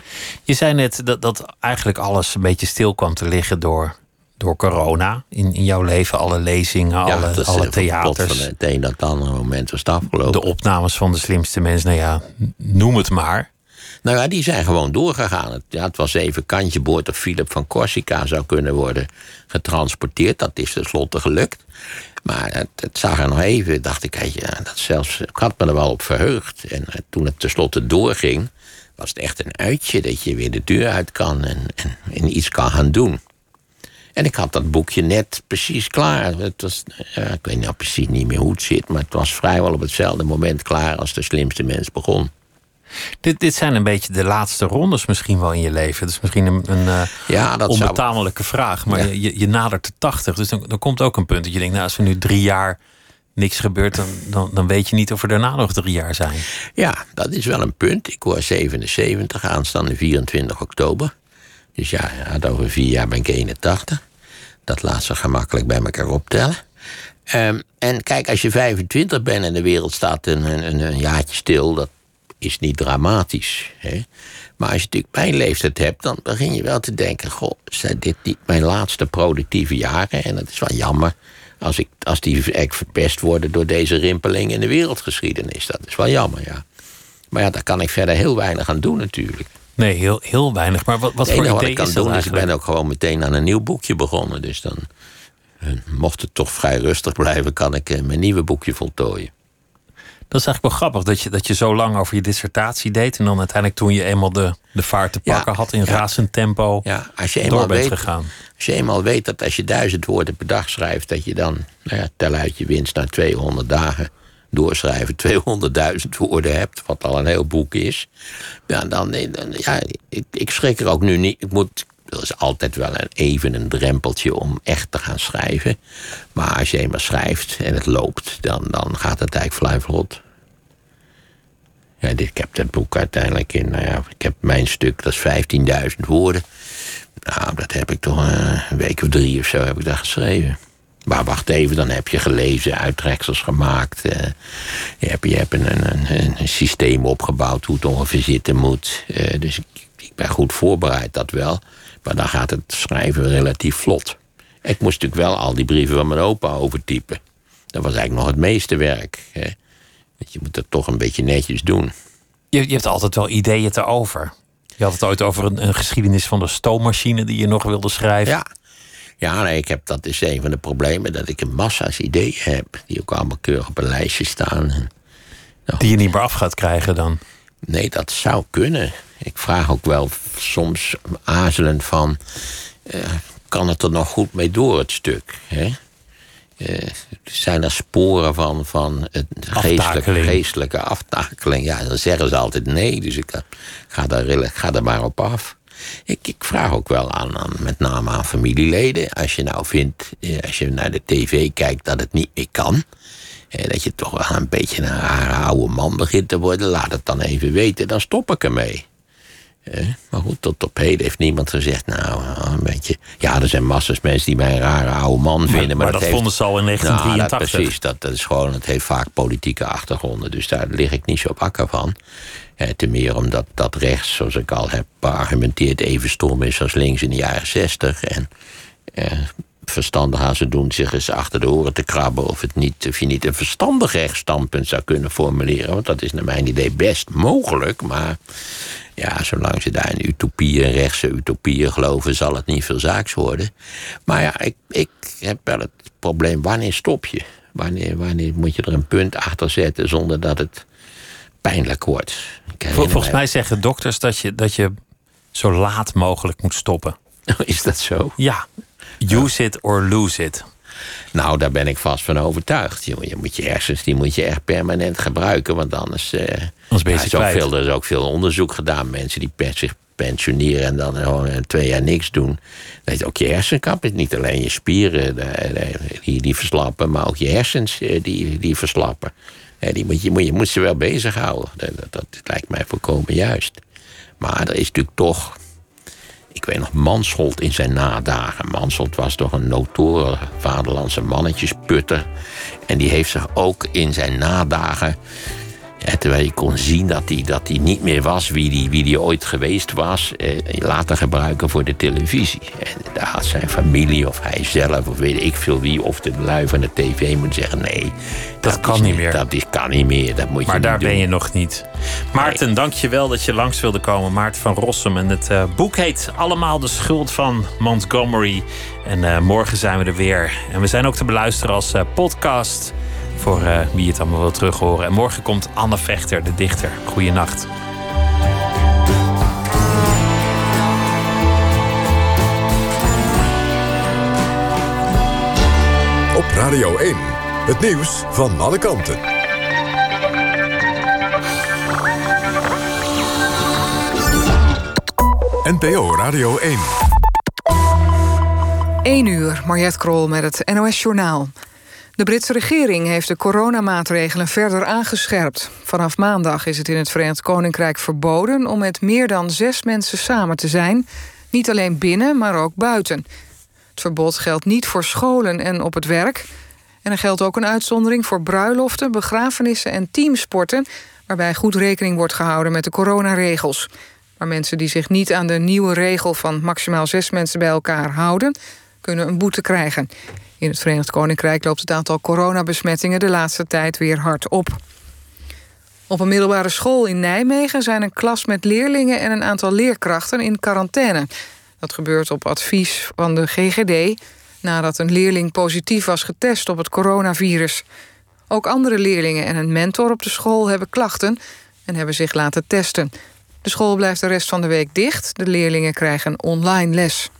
Je zei net dat eigenlijk alles een beetje stil kwam te liggen door corona. In jouw leven, alle lezingen, alle theaters. Van het een dat andere moment was het afgelopen. De opnames van De Slimste Mens, nou ja, noem het maar. Nou ja, die zijn gewoon doorgegaan. Het was even kantje boord of Philip van Corsica zou kunnen worden getransporteerd. Dat is tenslotte gelukt. Maar het zag er nog even, dacht ik, ik had me er wel op verheugd. En toen het tenslotte doorging, was het echt een uitje dat je weer de deur uit kan en iets kan gaan doen. En ik had dat boekje net precies klaar. Het was, ik weet nou precies niet meer hoe het zit, maar het was vrijwel op hetzelfde moment klaar als De Slimste Mens begon. Dit zijn een beetje de laatste rondes misschien wel in je leven. Dat is misschien een onbetamelijke vraag. Maar je nadert de 80. Dus dan komt ook een punt dat je denkt, nou, als er nu 3 jaar niks gebeurt, dan weet je niet of er daarna nog 3 jaar zijn. Ja, dat is wel een punt. Ik word 77, aanstaande 24 oktober. Dus ja, over 4 jaar ben ik 81. Dat laat ze gemakkelijk bij elkaar optellen. En kijk, als je 25 bent en de wereld staat een jaartje stil, dat is niet dramatisch. Hè? Maar als je natuurlijk mijn leeftijd hebt, dan begin je wel te denken, goh, zijn dit niet mijn laatste productieve jaren? En dat is wel jammer als die verpest worden door deze rimpeling in de wereldgeschiedenis. Dat is wel jammer, ja. Maar ja, daar kan ik verder heel weinig aan doen natuurlijk. Nee, heel weinig. Maar wat voor idee is dat eigenlijk? Ik ben ook gewoon meteen aan een nieuw boekje begonnen. Dus dan, mocht het toch vrij rustig blijven, kan ik mijn nieuwe boekje voltooien. Dat is eigenlijk wel grappig dat je zo lang over je dissertatie deed en dan uiteindelijk toen je eenmaal de vaart te pakken had in razend tempo door bent gegaan. Als je eenmaal weet dat als je 1000 woorden per dag schrijft, dat je dan, tel uit je winst na 200 dagen doorschrijven 200.000 woorden hebt, wat al een heel boek is. Ik schrik er ook nu niet. Er is altijd wel even een drempeltje om echt te gaan schrijven. Maar als je eenmaal schrijft en het loopt, dan gaat het eigenlijk vlijvlot. Ja, ik heb dat boek uiteindelijk ik heb mijn stuk, dat is 15.000 woorden. Nou, dat heb ik toch een week of 3 of zo heb ik dat geschreven. Maar wacht even, dan heb je gelezen, uittreksels gemaakt. Je hebt een systeem opgebouwd hoe het ongeveer zitten moet. Dus ik ben goed voorbereid, dat wel. Maar dan gaat het schrijven relatief vlot. Ik moest natuurlijk wel al die brieven van mijn opa overtypen. Dat was eigenlijk nog het meeste werk. Hè. Je moet dat toch een beetje netjes doen. Je hebt altijd wel ideeën te over. Je had het ooit over een geschiedenis van de stoommachine die je nog wilde schrijven. Ja, nee, dat is een van de problemen, dat ik een massa's ideeën heb. Die ook allemaal keurig op een lijstje staan. Die je niet meer af gaat krijgen dan? Nee, dat zou kunnen. Ik vraag ook wel soms aarzelend van, kan het er nog goed mee door, het stuk? Hè? Zijn er sporen van het geestelijke aftakeling? Ja, dan zeggen ze altijd nee, dus ik ga er maar op af. Ik vraag ook wel aan met name aan familieleden. Als je nou vindt, als je naar de tv kijkt dat het niet meer kan, dat je toch wel een beetje een rare oude man begint te worden, laat het dan even weten, dan stop ik ermee. Maar goed, tot op heden heeft niemand gezegd, nou, een beetje. Ja, er zijn massas mensen die mij een rare oude man vinden. Maar dat vonden ze al in 1983. Precies, dat is gewoon, het heeft vaak politieke achtergronden. Dus daar lig ik niet zo wakker van. Ten meer omdat dat rechts, zoals ik al heb beargumenteerd, even stom is als links in de jaren 60. En verstandig aan ze doen zich eens achter de oren te krabben of je niet een verstandig rechtsstandpunt zou kunnen formuleren. Want dat is naar mijn idee best mogelijk. Maar ja, zolang ze daar in utopieën, rechtse utopieën geloven, zal het niet veel zaaks worden. Maar ja, ik heb wel het probleem, wanneer stop je? Wanneer moet je er een punt achter zetten zonder dat het pijnlijk wordt? Volgens mij zeggen dokters dat je zo laat mogelijk moet stoppen. Is dat zo? Ja. Use it or lose it. Nou, daar ben ik vast van overtuigd. Je moet je hersens echt permanent gebruiken. Want anders ben je kwijt. Er is ook veel onderzoek gedaan. Mensen die zich pensioneren en dan gewoon 2 jaar niks doen. Dat ook je hersenkap, niet alleen je spieren die verslappen, maar ook je hersens die verslappen. Je moet ze wel bezighouden. Dat lijkt mij volkomen juist. Maar er is natuurlijk toch, ik weet nog, Mansholt in zijn nadagen. Mansholt was toch een notoire vaderlandse mannetjesputter. En die heeft zich ook in zijn nadagen Terwijl je kon zien dat hij niet meer was wie die ooit geweest was. Laten gebruiken voor de televisie. En daar had zijn familie of hij zelf of weet ik veel wie... of de lui van de tv moet zeggen... nee, dat kan niet meer. Dat kan niet meer, dat moet je maar daar niet doen. ben je nog niet. Maarten, dank je wel dat je langs wilde komen. Maarten van Rossum. En het boek heet Allemaal de schuld van Montgomery. En morgen zijn we er weer. En we zijn ook te beluisteren als podcast... voor wie het allemaal wil terughoren. En morgen komt Anne Vechter, de dichter. Goeienacht. Op Radio 1, het nieuws van alle kanten. NPO Radio 1. 1 uur, Mariette Krol met het NOS Journaal. De Britse regering heeft de coronamaatregelen verder aangescherpt. Vanaf maandag is het in het Verenigd Koninkrijk verboden... om met meer dan 6 mensen samen te zijn. Niet alleen binnen, maar ook buiten. Het verbod geldt niet voor scholen en op het werk. En er geldt ook een uitzondering voor bruiloften, begrafenissen en teamsporten... waarbij goed rekening wordt gehouden met de coronaregels. Maar mensen die zich niet aan de nieuwe regel van maximaal 6 mensen bij elkaar houden... kunnen een boete krijgen. In het Verenigd Koninkrijk loopt het aantal coronabesmettingen de laatste tijd weer hard op. Op een middelbare school in Nijmegen zijn een klas met leerlingen en een aantal leerkrachten in quarantaine. Dat gebeurt op advies van de GGD nadat een leerling positief was getest op het coronavirus. Ook andere leerlingen en een mentor op de school hebben klachten en hebben zich laten testen. De school blijft de rest van de week dicht. De leerlingen krijgen online les.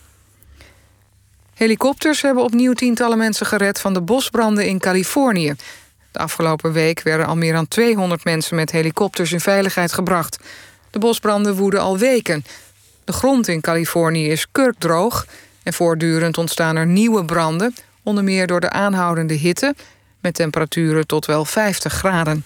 Helikopters hebben opnieuw tientallen mensen gered van de bosbranden in Californië. De afgelopen week werden al meer dan 200 mensen met helikopters in veiligheid gebracht. De bosbranden woeden al weken. De grond in Californië is kurkdroog en voortdurend ontstaan er nieuwe branden, onder meer door de aanhoudende hitte, met temperaturen tot wel 50 graden.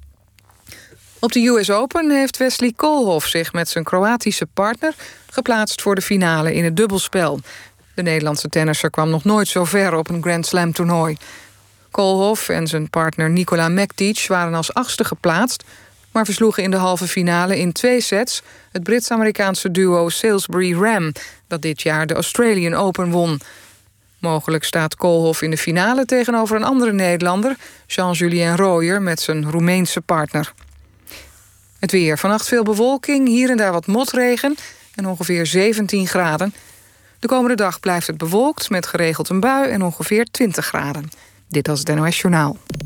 Op de US Open heeft Wesley Koolhof zich met zijn Kroatische partner geplaatst voor de finale in het dubbelspel. De Nederlandse tennisser kwam nog nooit zo ver op een Grand Slam toernooi. Koolhof en zijn partner Nikola Mektic waren als 8e geplaatst, maar versloegen in de halve finale in 2 sets het Brits-Amerikaanse duo Salisbury-Ram, dat dit jaar de Australian Open won. Mogelijk staat Koolhof in de finale tegenover een andere Nederlander, Jean-Julien Royer, met zijn Roemeense partner. Het weer. Vannacht veel bewolking, hier en daar wat motregen en ongeveer 17 graden. De komende dag blijft het bewolkt met geregeld een bui en ongeveer 20 graden. Dit was het NOS Journaal.